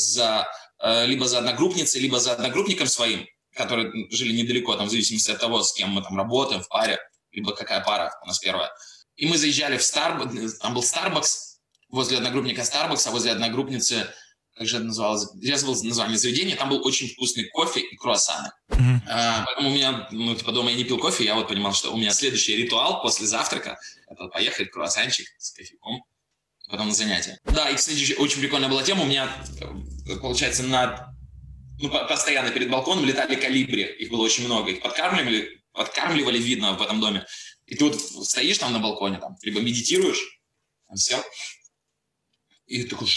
либо за одногруппницей, либо за одногруппником своим, которые жили недалеко, там, в зависимости от того, с кем мы там работаем, в паре, либо какая пара у нас первая. И мы заезжали в Starbucks, там был Starbucks, возле одногруппника Starbucks, а возле одногруппницы, как же это называлось, я забыл название заведения, там был очень вкусный кофе и круассаны. Поэтому у меня, типа, дома я не пил кофе, я вот понимал, что у меня следующий ритуал после завтрака – это поехать круассанчик с кофейком, потом на занятия. Да, и, кстати, очень прикольная была тема. У меня, получается, постоянно перед балконом летали колибри. Их было очень много. Их подкармливали, видно, в этом доме. И ты вот стоишь там на балконе, там, либо медитируешь, там сел, и такой...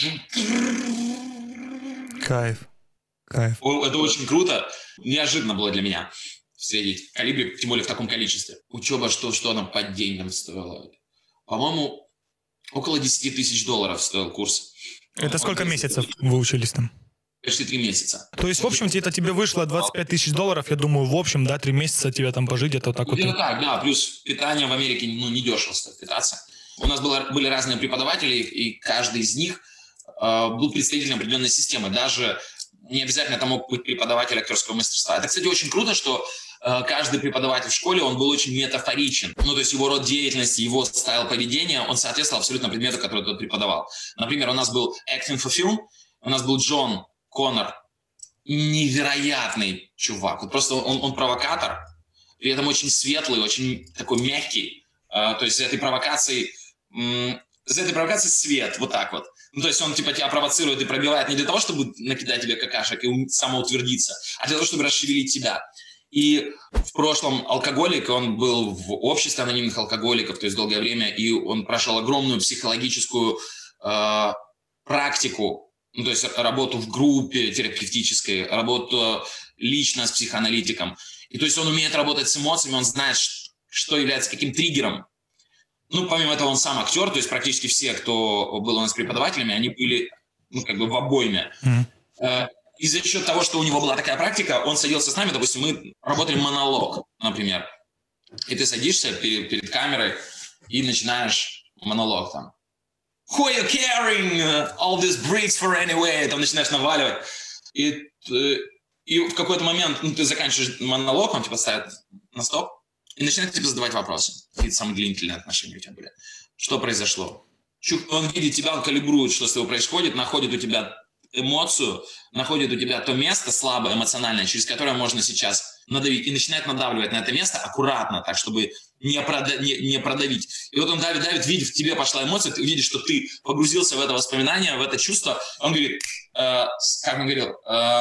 Кайф. Это очень круто. Неожиданно было для меня встретить колибри, тем более в таком количестве. Учеба, что она по деньгам стоила? По-моему, около $10 000 стоил курс. Это сколько месяцев вы учились там? Почти 3 месяца. То есть, в общем, это тебе вышло $25 000, я думаю, в общем, да, 3 месяца тебе там пожить, это вот так вот. Так, да, плюс питание в Америке, не дешево стоит питаться. У нас были разные преподаватели, и каждый из них был представителем определенной системы. Даже не обязательно это мог быть преподаватель актерского мастерства. Это, кстати, очень круто, что каждый преподаватель в школе, он был очень метафоричен. Ну, то есть его род деятельности, его стайл поведения, он соответствовал абсолютно предмету, который тот преподавал. Например, у нас был acting for film, у нас был Джон Коннор, невероятный чувак. Вот просто он провокатор, при этом очень светлый, очень такой мягкий. То есть за этой провокацией свет, вот так вот. Ну, то есть он типа тебя провоцирует и пробивает не для того, чтобы накидать тебе какашек и самоутвердиться, а для того, чтобы расшевелить тебя. И в прошлом алкоголик, он был в обществе анонимных алкоголиков, то есть долгое время, и он прошел огромную психологическую практику, ну, то есть работу в группе терапевтической, работу лично с психоаналитиком. И то есть он умеет работать с эмоциями, он знает, что является каким триггером. Ну, помимо этого, он сам актер, то есть практически все, кто был у нас преподавателями, они были, как бы в обойме. И за счет того, что у него была такая практика, он садился с нами, допустим, мы работали монолог, например. И ты садишься перед камерой и начинаешь монолог там. Who are you carrying all these bricks for anyway? Там начинаешь наваливать. И в какой-то момент ты заканчиваешь монолог, он типа ставит на стоп и начинает тебе задавать вопросы. Какие-то самые длительные отношения у тебя были. Что произошло? Он видит тебя, он калибрует, что с тобой происходит, находит у тебя эмоцию, находит у тебя то место слабое, эмоциональное, через которое можно сейчас надавить, и начинает надавливать на это место аккуратно, так, чтобы не продавить. И вот он давит, видит, в тебе пошла эмоция, ты видишь, что ты погрузился в это воспоминание, в это чувство. Он говорит, как он говорил,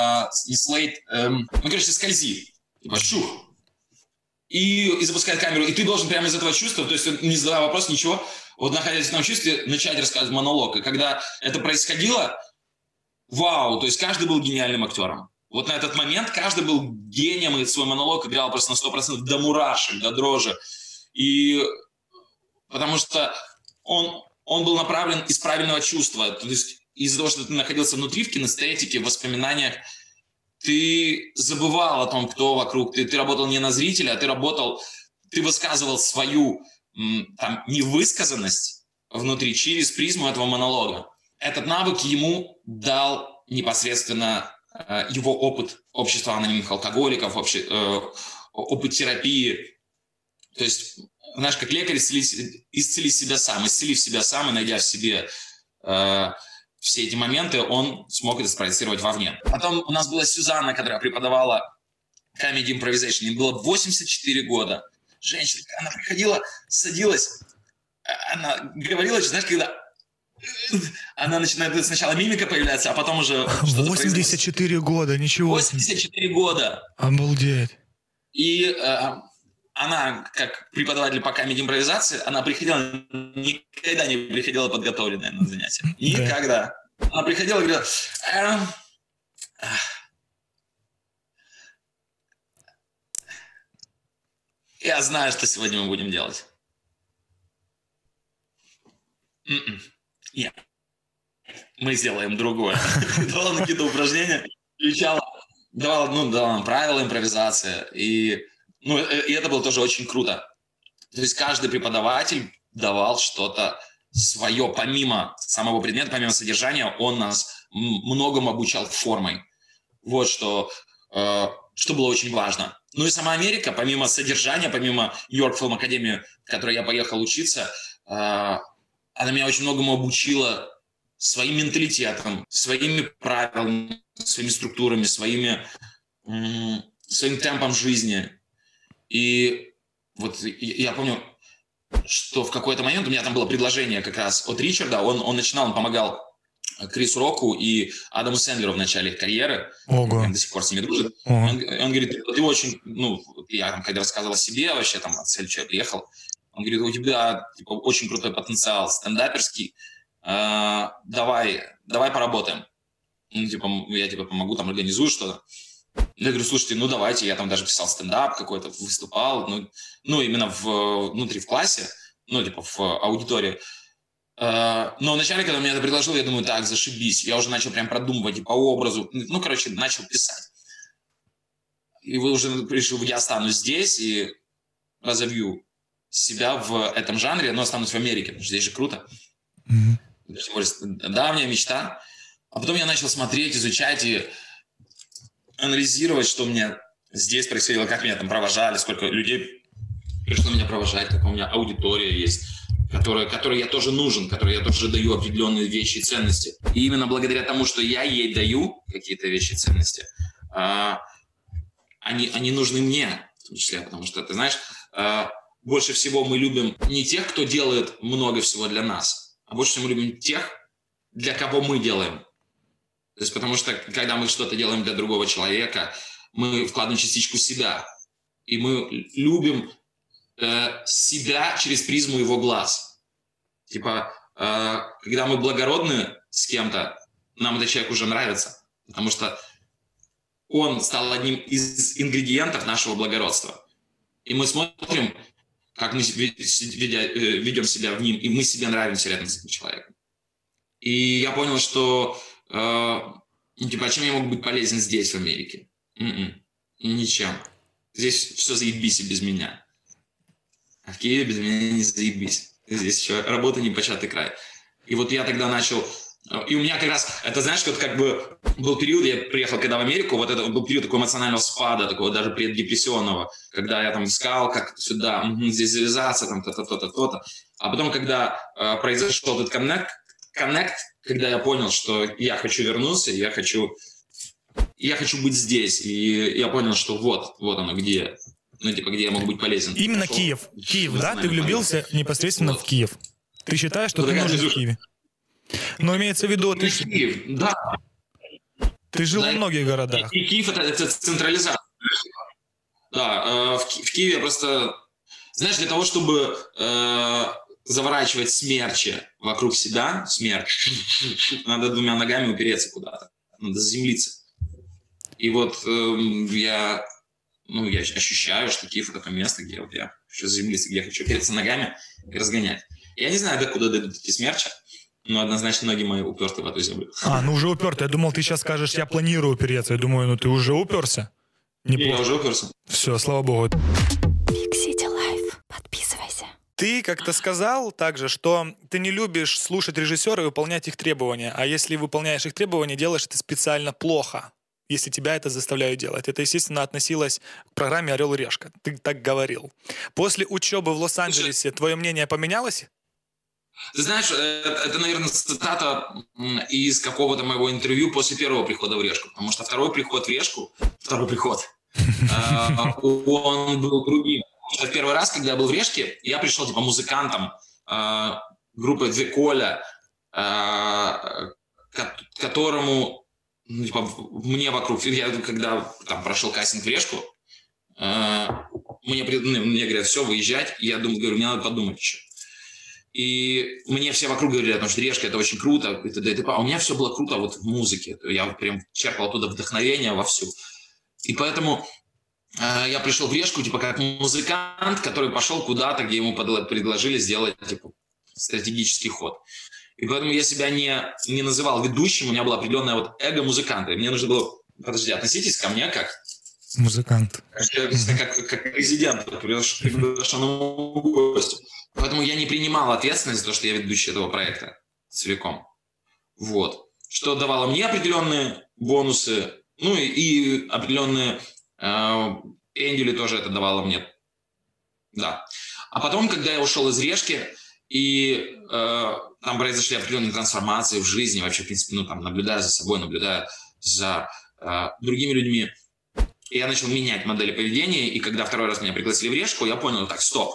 короче, скользи, типа, чух. И запускает камеру, и ты должен прямо из этого чувства, то есть не задавая вопрос, ничего, вот находясь в этом чувстве, начать рассказывать монолог. И когда это происходило, вау, то есть каждый был гениальным актером. Вот на этот момент каждый был гением, и свой монолог играл просто на 100% до мурашек, до дрожи. И потому что он был направлен из правильного чувства. То есть из-за того, что ты находился внутри, в кинестетике, в воспоминаниях, ты забывал о том, кто вокруг. Ты работал не на зрителя, а ты высказывал свою там невысказанность внутри через призму этого монолога. Этот навык ему дал непосредственно его опыт общества анонимных алкоголиков, опыт терапии. То есть, знаешь, как лекарь исцелить себя сам, исцелив себя сам и найдя в себе все эти моменты, он смог это спроецировать вовне. Потом у нас была Сюзанна, которая преподавала Comedy Improvisation. Ей было 84 года. Женщина, она приходила, садилась, она говорила, знаешь, когда она начинает сначала мимика появляться, а потом уже... 84 года, ничего. 84 года. Обалдеть. И она, как преподаватель по комедии-импровизации, она никогда не приходила подготовленная на занятия. Никогда. Да. Она приходила и говорила... Я знаю, что сегодня мы будем делать. Нет. Мы сделаем другое. Давала какие-то упражнения, давала нам правила импровизации. И это было тоже очень круто. То есть каждый преподаватель давал что-то свое, помимо самого предмета, помимо содержания, он нас многому обучал формой. Вот что было очень важно. Ну и сама Америка, помимо содержания, помимо Нью-Йорк Film Academy, в которой я поехал учиться, она меня очень многому обучила своим менталитетом, своими правилами, своими структурами, своим темпом жизни. И вот я помню, что в какой-то момент у меня там было предложение как раз от Ричарда. Он помогал Крису Року и Адаму Сэндлеру в начале их карьеры. Он до сих пор с ними дружит. Он говорит, ты очень... я там, когда рассказывал о себе, вообще там от цели, что я приехал, он говорит, у тебя очень крутой потенциал стендаперский, давай поработаем. Я тебе помогу, там организую что-то. Я говорю, слушайте, давайте, я там даже писал стендап какой-то, выступал, именно внутри в классе, в аудитории. Но вначале, когда он мне это предложил, я думаю, так, зашибись. Я уже начал прям продумывать по образу, начал писать. И уже решил, я останусь здесь и разовью себя в этом жанре, но останусь в Америке, потому что здесь же круто. Тем более, давняя мечта. А потом я начал смотреть, изучать и анализировать, что у меня здесь происходило, как меня там провожали, сколько людей пришло меня провожать, какая у меня аудитория есть, которой я тоже нужен, которой я тоже даю определенные вещи и ценности. И именно благодаря тому, что я ей даю какие-то вещи и ценности, они нужны мне, в том числе, потому что, ты знаешь, больше всего мы любим не тех, кто делает много всего для нас, а больше всего мы любим тех, для кого мы делаем. То есть потому что, когда мы что-то делаем для другого человека, мы вкладываем частичку себя. И мы любим себя через призму его глаз. Когда мы благородны с кем-то, нам этот человек уже нравится. Потому что он стал одним из ингредиентов нашего благородства. И мы смотрим, как мы ведем себя в ним, и мы себе нравимся рядом с этим человеком. И я понял, что чем я могу быть полезен здесь, в Америке? Ничем. Здесь все заебись и без меня. А в Киеве без меня не заебись. Здесь еще работа непочатый край. И вот я тогда начал... И у меня как раз, это знаешь, как бы был период, я приехал когда в Америку, вот это был период такого эмоционального спада, такого даже преддепрессионного, когда я там искал, как сюда, здесь завязаться, там то-то, то-то. А потом, когда произошел этот коннект, когда я понял, что я хочу вернуться, я хочу быть здесь, и я понял, что вот оно, где я могу быть полезен. Именно Киев, да? Ты влюбился непосредственно в Киев. Ты считаешь, что ты нужен в Киеве? Но имеется в виду... Киев, да. Ты жил во многих городах. И Киев — это централизация. Да, в Киеве просто... Знаешь, для того, чтобы заворачивать смерчи вокруг себя, надо двумя ногами упереться куда-то. Надо заземлиться. И вот я ощущаю, что Киев — это то место, где вот я хочу заземлиться, где я хочу опереться ногами и разгонять. Я не знаю, докуда дойдут эти смерчи, но однозначно ноги мои уперты в эту землю. Уже уперты. Я думал, ты сейчас скажешь, я планирую упереться. Я думаю, ты уже уперся. Я уже уперся. Все, слава богу. Fix City Life. Подписывайся. Ты как-то сказал также, что ты не любишь слушать режиссера и выполнять их требования, а если выполняешь их требования, делаешь это специально плохо, если тебя это заставляют делать. Это, естественно, относилось к программе «Орел и решка». Ты так говорил. После учебы в Лос-Анджелесе твое мнение поменялось? Ты знаешь, это, наверное, цитата из какого-то моего интервью после первого прихода в Решку. Потому что второй приход в Решку, он был другим. Потому что в первый раз, когда я был в Решке, я пришел типа музыкантом группы The Cola, которому типа, мне вокруг... Я когда там прошел кастинг в Решку, мне говорят, все, выезжать. И я говорю, мне надо подумать еще. И мне все вокруг говорили, потому что Решка — это очень круто, и т.д. и т.п. А у меня все было круто вот в музыке. Я прям черпал оттуда вдохновение вовсю. И поэтому я пришел в Решку типа как музыкант, который пошел куда-то, где ему предложили сделать типа стратегический ход. И поэтому я себя не называл ведущим, у меня было определенное вот эго музыканта. И мне нужно было, подожди, относитесь ко мне как... Музыкант. Как президент, приглашенному гостю. Поэтому я не принимал ответственность за то, что я ведущий этого проекта целиком. Вот. Что давало мне определенные бонусы, ну и определенные пендюли тоже это давало мне. Да. А потом, когда я ушел из Решки, и там произошли определенные трансформации в жизни, вообще, в принципе, ну, там, наблюдая за собой, наблюдая за другими людьми, и я начал менять модели поведения, и когда второй раз меня пригласили в Решку, я понял, так, стоп.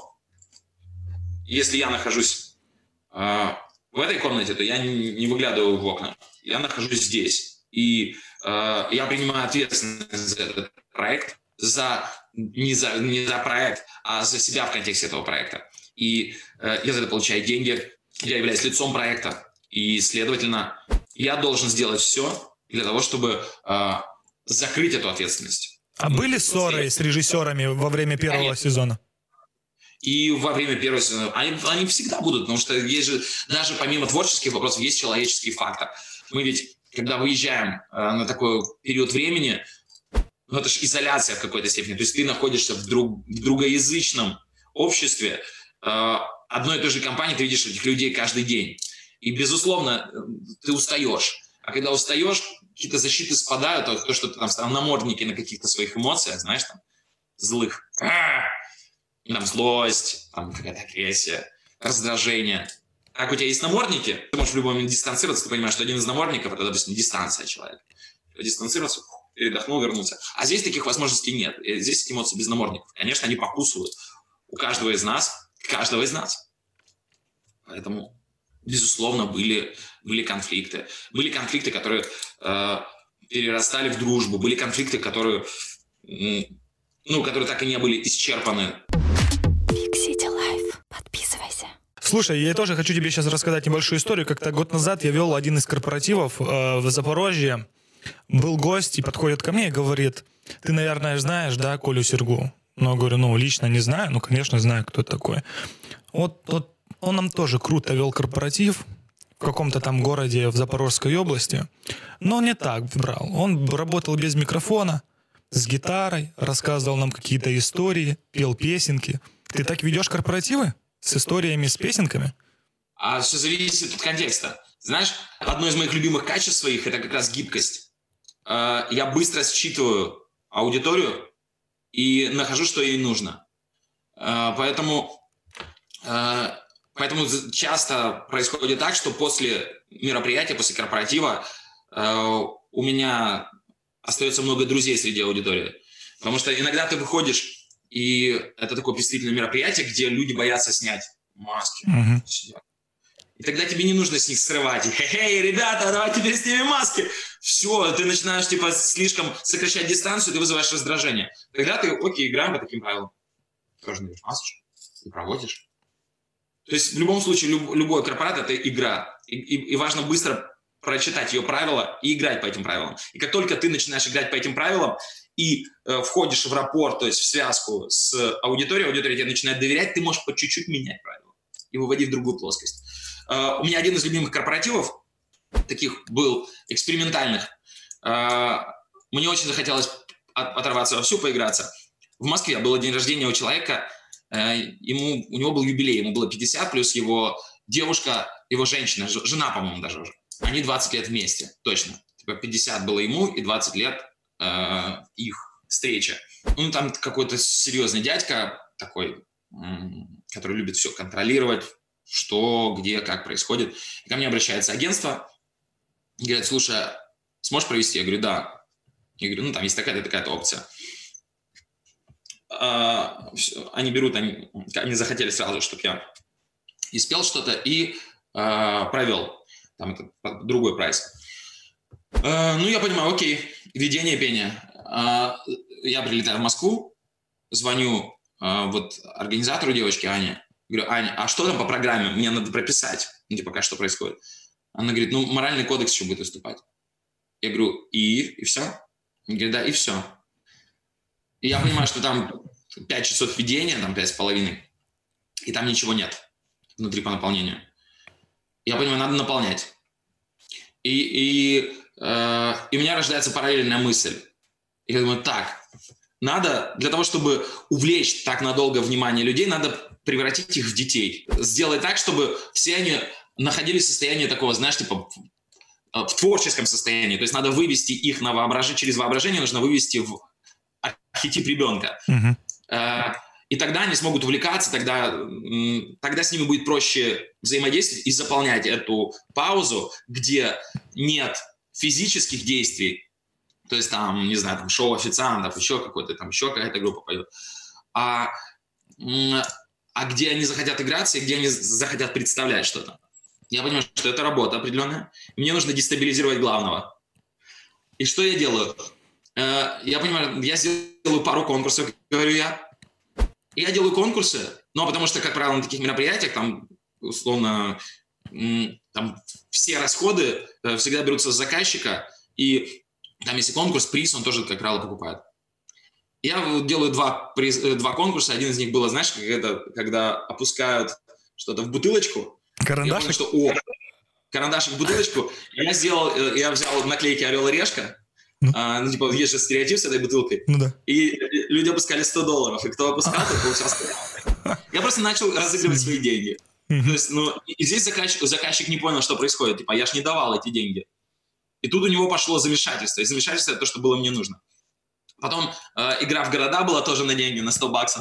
Если я нахожусь в этой комнате, то я не выглядываю в окна. Я нахожусь здесь. И я принимаю ответственность за этот проект, не за проект, а за себя в контексте этого проекта. И я за это получаю деньги, я являюсь лицом проекта. И, следовательно, я должен сделать все для того, чтобы закрыть эту ответственность. А были ссоры с режиссерами во время первого сезона? И во время первого сезона они всегда будут, потому что есть же, даже помимо творческих вопросов, есть человеческий фактор. Мы ведь, когда выезжаем на такой период времени, ну, это же изоляция в какой-то степени. То есть ты находишься в другоязычном обществе, одной и той же компании, ты видишь этих людей каждый день. И, безусловно, ты устаешь. А когда устаешь, какие-то защиты спадают, то, что ты там стал намордники на каких-то своих эмоциях, знаешь, там, злых. Там злость, там какая-то агрессия, раздражение. Как у тебя есть намордники, ты можешь в любой момент дистанцироваться, ты понимаешь, что один из намордников – это, допустим, дистанция человека. Дистанцироваться, передохнул, вернулся. А здесь таких возможностей нет. Здесь эти эмоции без намордников. Конечно, они покусывают у каждого из нас. Поэтому, безусловно, были конфликты. Были конфликты, которые перерастали в дружбу. Были конфликты, которые так и не были исчерпаны. Big City Life. Подписывайся. Слушай, я тоже хочу тебе сейчас рассказать небольшую историю. Как-то год назад я вел один из корпоративов в Запорожье. Был гость и подходит ко мне и говорит: ты, наверное, знаешь, да, Колю Сергу? Ну, я говорю, лично не знаю. Ну, конечно, знаю, кто такой. Вот он нам тоже круто вел корпоратив в каком-то там городе в Запорожской области. Но не так брал. Он работал без микрофона, с гитарой, рассказывал нам какие-то истории, пел песенки. Ты так ведешь корпоративы? С историями, с песенками? А все зависит от контекста. Знаешь, одно из моих любимых качеств своих – это как раз гибкость. Я быстро считываю аудиторию и нахожу, что ей нужно. Поэтому часто происходит так, что после мероприятия, после корпоратива у меня остается много друзей среди аудитории. Потому что иногда ты выходишь, и это такое представительное мероприятие, где люди боятся снять маски. И тогда тебе не нужно с них срывать. Хе-хей, ребята, давайте теперь снимем маски. Все, ты начинаешь слишком сокращать дистанцию, ты вызываешь раздражение. Тогда ты, играем по таким правилам. Тоже надеваешь масочку и проводишь. То есть в любом случае любой корпорат – это игра. И важно быстро прочитать ее правила и играть по этим правилам. И как только ты начинаешь играть по этим правилам и входишь в рапорт, то есть в связку с аудиторией, аудитория тебе начинает доверять, ты можешь по чуть-чуть менять правила и выводить в другую плоскость. У меня один из любимых корпоративов, таких был экспериментальных. Мне очень захотелось оторваться вовсю, поиграться. В Москве был день рождения у человека, у него был юбилей, ему было 50, плюс его девушка, его женщина, жена, по-моему, даже уже. Они 20 лет вместе, точно. Типа 50 было ему и 20 лет их встреча. Ну, там какой-то серьезный дядька такой, который любит все контролировать, что, где, как происходит. И ко мне обращается агентство и говорят: слушай, сможешь провести? Я говорю: да. Я говорю: ну, там есть такая-то опция. Они берут, они захотели сразу, чтобы я и спел что-то, и провел. Там это другой прайс. Ну, я понимаю, окей, ведение пения. Я прилетаю в Москву, звоню вот организатору девочки Ане. Говорю: Аня, а что там по программе? Мне надо прописать. Ну, типа, что происходит? Она говорит: ну, моральный кодекс еще будет выступать. Я говорю: и все? Она говорит: да, и все. И я понимаю, что там 5 часов ведения, там 5,5, и там ничего нет внутри по наполнению. Я понимаю, надо наполнять. И у меня рождается параллельная мысль. Я думаю: так, надо, для того, чтобы увлечь так надолго внимание людей, надо превратить их в детей. Сделать так, чтобы все они находились в состоянии такого, знаешь, типа в творческом состоянии. То есть надо вывести их на воображение, через воображение нужно вывести в архетип ребенка. И тогда они смогут увлекаться, тогда с ними будет проще взаимодействовать и заполнять эту паузу, где нет физических действий, то есть там, не знаю, там шоу официантов, еще какой-то, там еще какая-то группа поет, а где они захотят играться и где они захотят представлять что-то. Я понимаю, что это работа определенная. Мне нужно дестабилизировать главного. И что я делаю? Я понимаю, я сделаю пару конкурсов, говорю я. Я делаю конкурсы, но потому что, как правило, на таких мероприятиях, там, условно, там все расходы всегда берутся с заказчика, и там, если конкурс, приз, он тоже, как правило, покупает. Я делаю два конкурса. Один из них было, знаешь, когда опускают что-то в бутылочку. Карандашик? Я понял, что, карандашик в бутылочку. Я взял наклейки «Орел и Решка». Ну, типа, есть же стереотип с этой бутылкой. Ну да. И люди опускали $100. И кто опускал, тот получал $100. Я просто начал разыгрывать свои деньги. То есть, и здесь заказчик не понял, что происходит. Типа, я ж не давал эти деньги. И тут у него пошло замешательство. И замешательство – это то, что было мне нужно. Потом игра в города была тоже на деньги, на $100.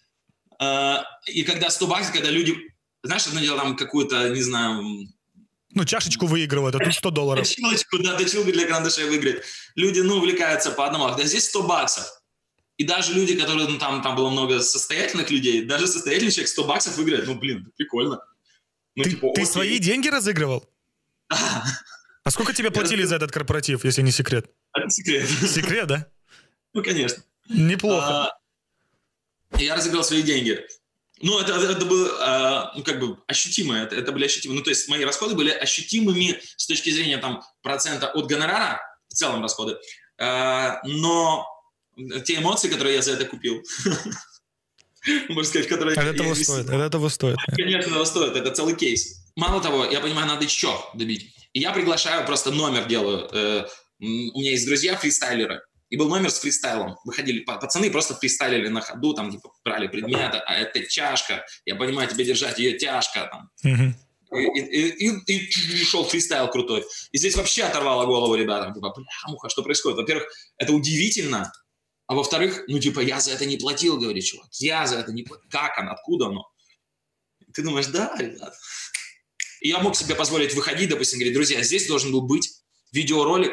И когда $100, когда люди... Знаешь, одно дело там какую-то, не знаю... Ну, чашечку выигрывают, а тут $100. Точилочку, да, точилку для карандашей выиграть. Люди, увлекаются по одному. А здесь $100. И даже люди, которые, там было много состоятельных людей, даже состоятельный человек $100 выиграет. Ну, блин, прикольно. Ты свои деньги разыгрывал? Да. А сколько тебе платили за этот корпоратив, если не секрет? Это секрет. Секрет, да? Ну, конечно. Неплохо. Я разыграл свои деньги. Ну, это было, ощутимо. Это были ощутимы. Ну, то есть мои расходы были ощутимыми с точки зрения, там, процента от гонорара, в целом расходы. Но те эмоции, которые я за это купил, можно сказать, которые... Это того стоит. Конечно, того стоит. Это целый кейс. Мало того, я понимаю, надо еще добить. И я приглашаю, просто номер делаю. У меня есть друзья фристайлеры. И был номер с фристайлом. Выходили пацаны, просто фристайлили на ходу, там, типа, брали предметы, а это чашка. Я понимаю, тебе держать ее тяжко. Там. И шел фристайл крутой. И здесь вообще оторвало голову ребятам. Типа, бля-муха, что происходит? Во-первых, это удивительно. А во-вторых, я за это не платил, говорит чувак. Я за это не платил. Как оно? Откуда оно? Ты думаешь, да, ребят. И я мог себе позволить выходить, допустим, говорить: друзья, здесь должен был быть видеоролик.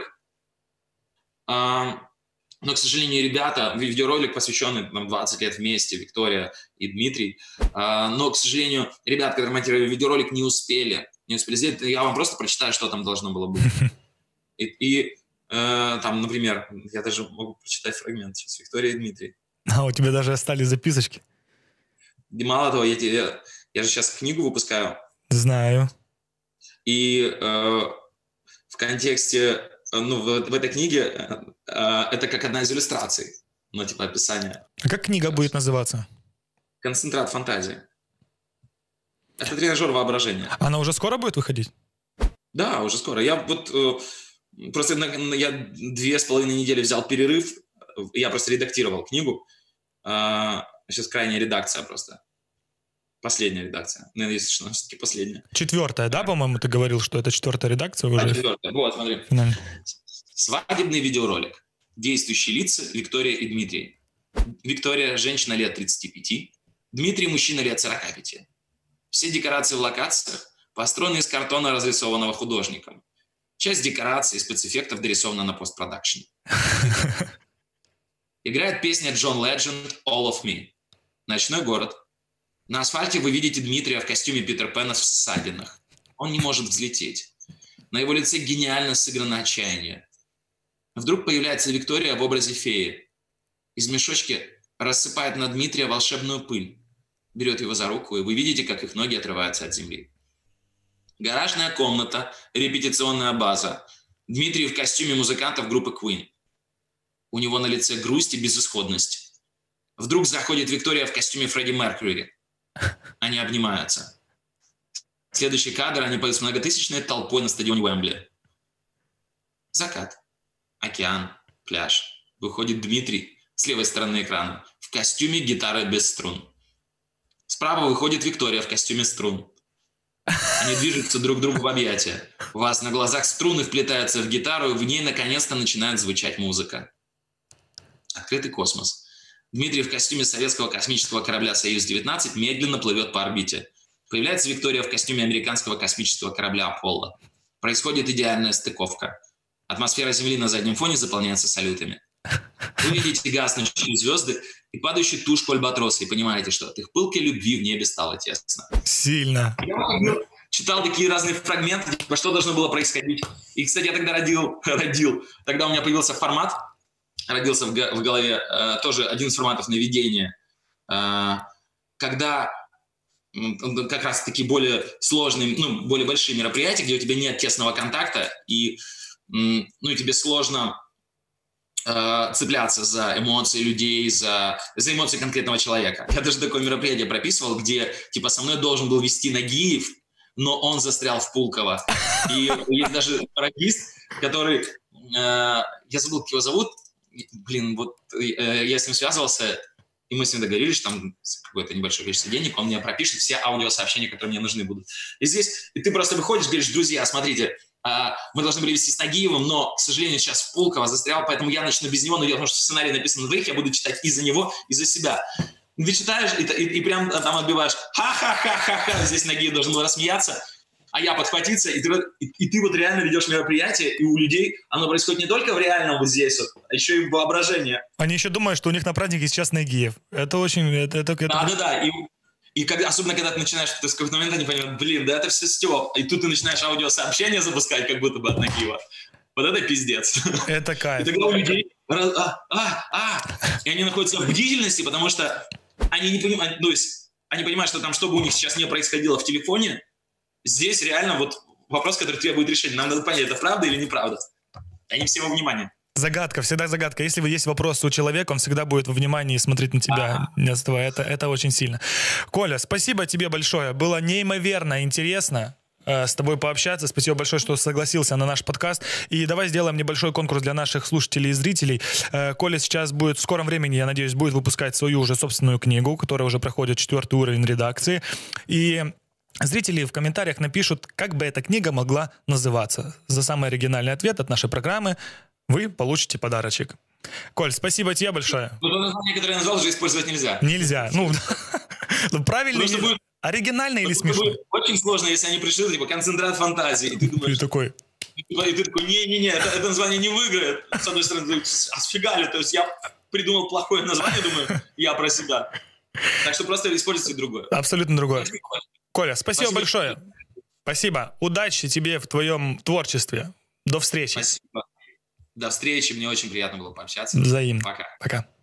Но, к сожалению, ребята, видеоролик, посвященный нам 20 лет вместе, Виктория и Дмитрий, но, к сожалению, ребята, которые монтировали видеоролик, не успели сделать. Я вам просто прочитаю, что там должно было быть. И там, например, я даже могу прочитать фрагмент сейчас. Виктория и Дмитрий. А у тебя даже остались записочки? И мало того, я же сейчас книгу выпускаю. Знаю. И в контексте... в этой книге это как одна из иллюстраций, типа описания. А как книга будет называться? «Концентрат фантазии». Это тренажер воображения. Она уже скоро будет выходить? Да, уже скоро. Я просто 2,5 недели взял перерыв, я просто редактировал книгу, Сейчас крайняя редакция просто. Последняя редакция. Наверное, если что, все-таки последняя. 4-я, да, по-моему, ты говорил, что это 4-я редакция уже? 4-я. Вот, смотри. Финально. Свадебный видеоролик. Действующие лица Виктория и Дмитрий. Виктория – женщина лет 35. Дмитрий – мужчина лет 45. Все декорации в локациях построены из картона, разрисованного художником. Часть декораций и спецэффектов дорисована на постпродакшн. Играет песня John Legend «All of Me». Ночной город. На асфальте вы видите Дмитрия в костюме Питер Пэна в ссадинах. Он не может взлететь. На его лице гениально сыграно отчаяние. Вдруг появляется Виктория в образе феи. Из мешочки рассыпает на Дмитрия волшебную пыль. Берет его за руку, и вы видите, как их ноги отрываются от земли. Гаражная комната, репетиционная база. Дмитрий в костюме музыкантов группы Queen. У него на лице грусть и безысходность. Вдруг заходит Виктория в костюме Фредди Меркьюри. Они обнимаются. Следующий кадр, они поют с многотысячной толпой на стадионе Уэмбли. Закат. Океан. Пляж. Выходит Дмитрий с левой стороны экрана в костюме гитары без струн. Справа выходит Виктория в костюме струн. Они движутся друг к другу в объятия. У вас на глазах струны вплетаются в гитару, и в ней наконец-то начинает звучать музыка. Открытый космос. Дмитрий в костюме советского космического корабля «Союз-19» медленно плывет по орбите. Появляется Виктория в костюме американского космического корабля «Аполло». Происходит идеальная стыковка. Атмосфера Земли на заднем фоне заполняется салютами. Вы видите гаснущие звезды и падающую тушку альбатроса, и понимаете, что от их пылкой любви в небе стало тесно. Сильно. Я читал такие разные фрагменты, типа, что должно было происходить. И, кстати, я тогда родил. Тогда у меня появился формат, родился в голове тоже один из форматов наведения, когда как раз таки более сложные, более большие мероприятия, где у тебя нет тесного контакта, и тебе сложно цепляться за эмоции людей, за эмоции конкретного человека. Я даже такое мероприятие прописывал, где типа со мной должен был вести Нагиев, но он застрял в Пулково. И есть даже пародист, который... я забыл, как его зовут. Я с ним связывался, и мы с ним договорились, что там какое-то небольшое количество денег, он мне пропишет все аудиосообщения, которые мне нужны будут. И здесь ты просто выходишь, говоришь: друзья, смотрите, мы должны были вести с Нагиевым, но, к сожалению, сейчас в Пулково застрял, поэтому я начну без него, но потому что сценарий написан на двоих, я буду читать и за него, и за себя. Ты читаешь, и прям там отбиваешь ха-ха-ха-ха-ха, здесь Нагиев должен был рассмеяться, а я подхватиться, и ты вот реально ведешь мероприятие, и у людей оно происходит не только в реальном вот здесь вот, а еще и в воображении. Они еще думают, что у них на празднике сейчас Нагиев. Это очень... Да. И особенно, когда ты начинаешь, то есть в какой-то момент они понимают: да это все стёб. И тут ты начинаешь аудиосообщение запускать, как будто бы от Нагиева. Вот это пиздец. Это кайф. И тогда у людей... И они находятся в бдительности, потому что они не понимают, то есть они понимают, что там, что бы у них сейчас не происходило в телефоне, здесь реально вот вопрос, который требует решения. Нам надо понять, это правда или неправда. Они все во внимании. Загадка, всегда загадка. Если есть вопрос у человека, он всегда будет во внимании и смотреть на тебя. Это очень сильно. Коля, спасибо тебе большое. Было неимоверно интересно с тобой пообщаться. Спасибо большое, что согласился на наш подкаст. И давай сделаем небольшой конкурс для наших слушателей и зрителей. Коля сейчас будет, в скором времени, я надеюсь, будет выпускать свою уже собственную книгу, которая уже проходит 4-й уровень редакции. И зрители в комментариях напишут, как бы эта книга могла называться. За самый оригинальный ответ от нашей программы вы получите подарочек. Коль, спасибо тебе большое. Но то название, которое я назвал, уже использовать нельзя. Нельзя. Правильно. Оригинальный или смешной? Очень сложно, если они пришли, типа, концентрат фантазии. И ты думаешь... И ты такой: не-не-не, это название не выиграет. С одной стороны, сфигали. То есть я придумал плохое название, думаю, я про себя. Так что просто используйте другое. Абсолютно другое. Коля, спасибо большое. Спасибо. Удачи тебе в твоем творчестве. До встречи. Спасибо. До встречи. Мне очень приятно было пообщаться. Взаимно. Пока. Пока.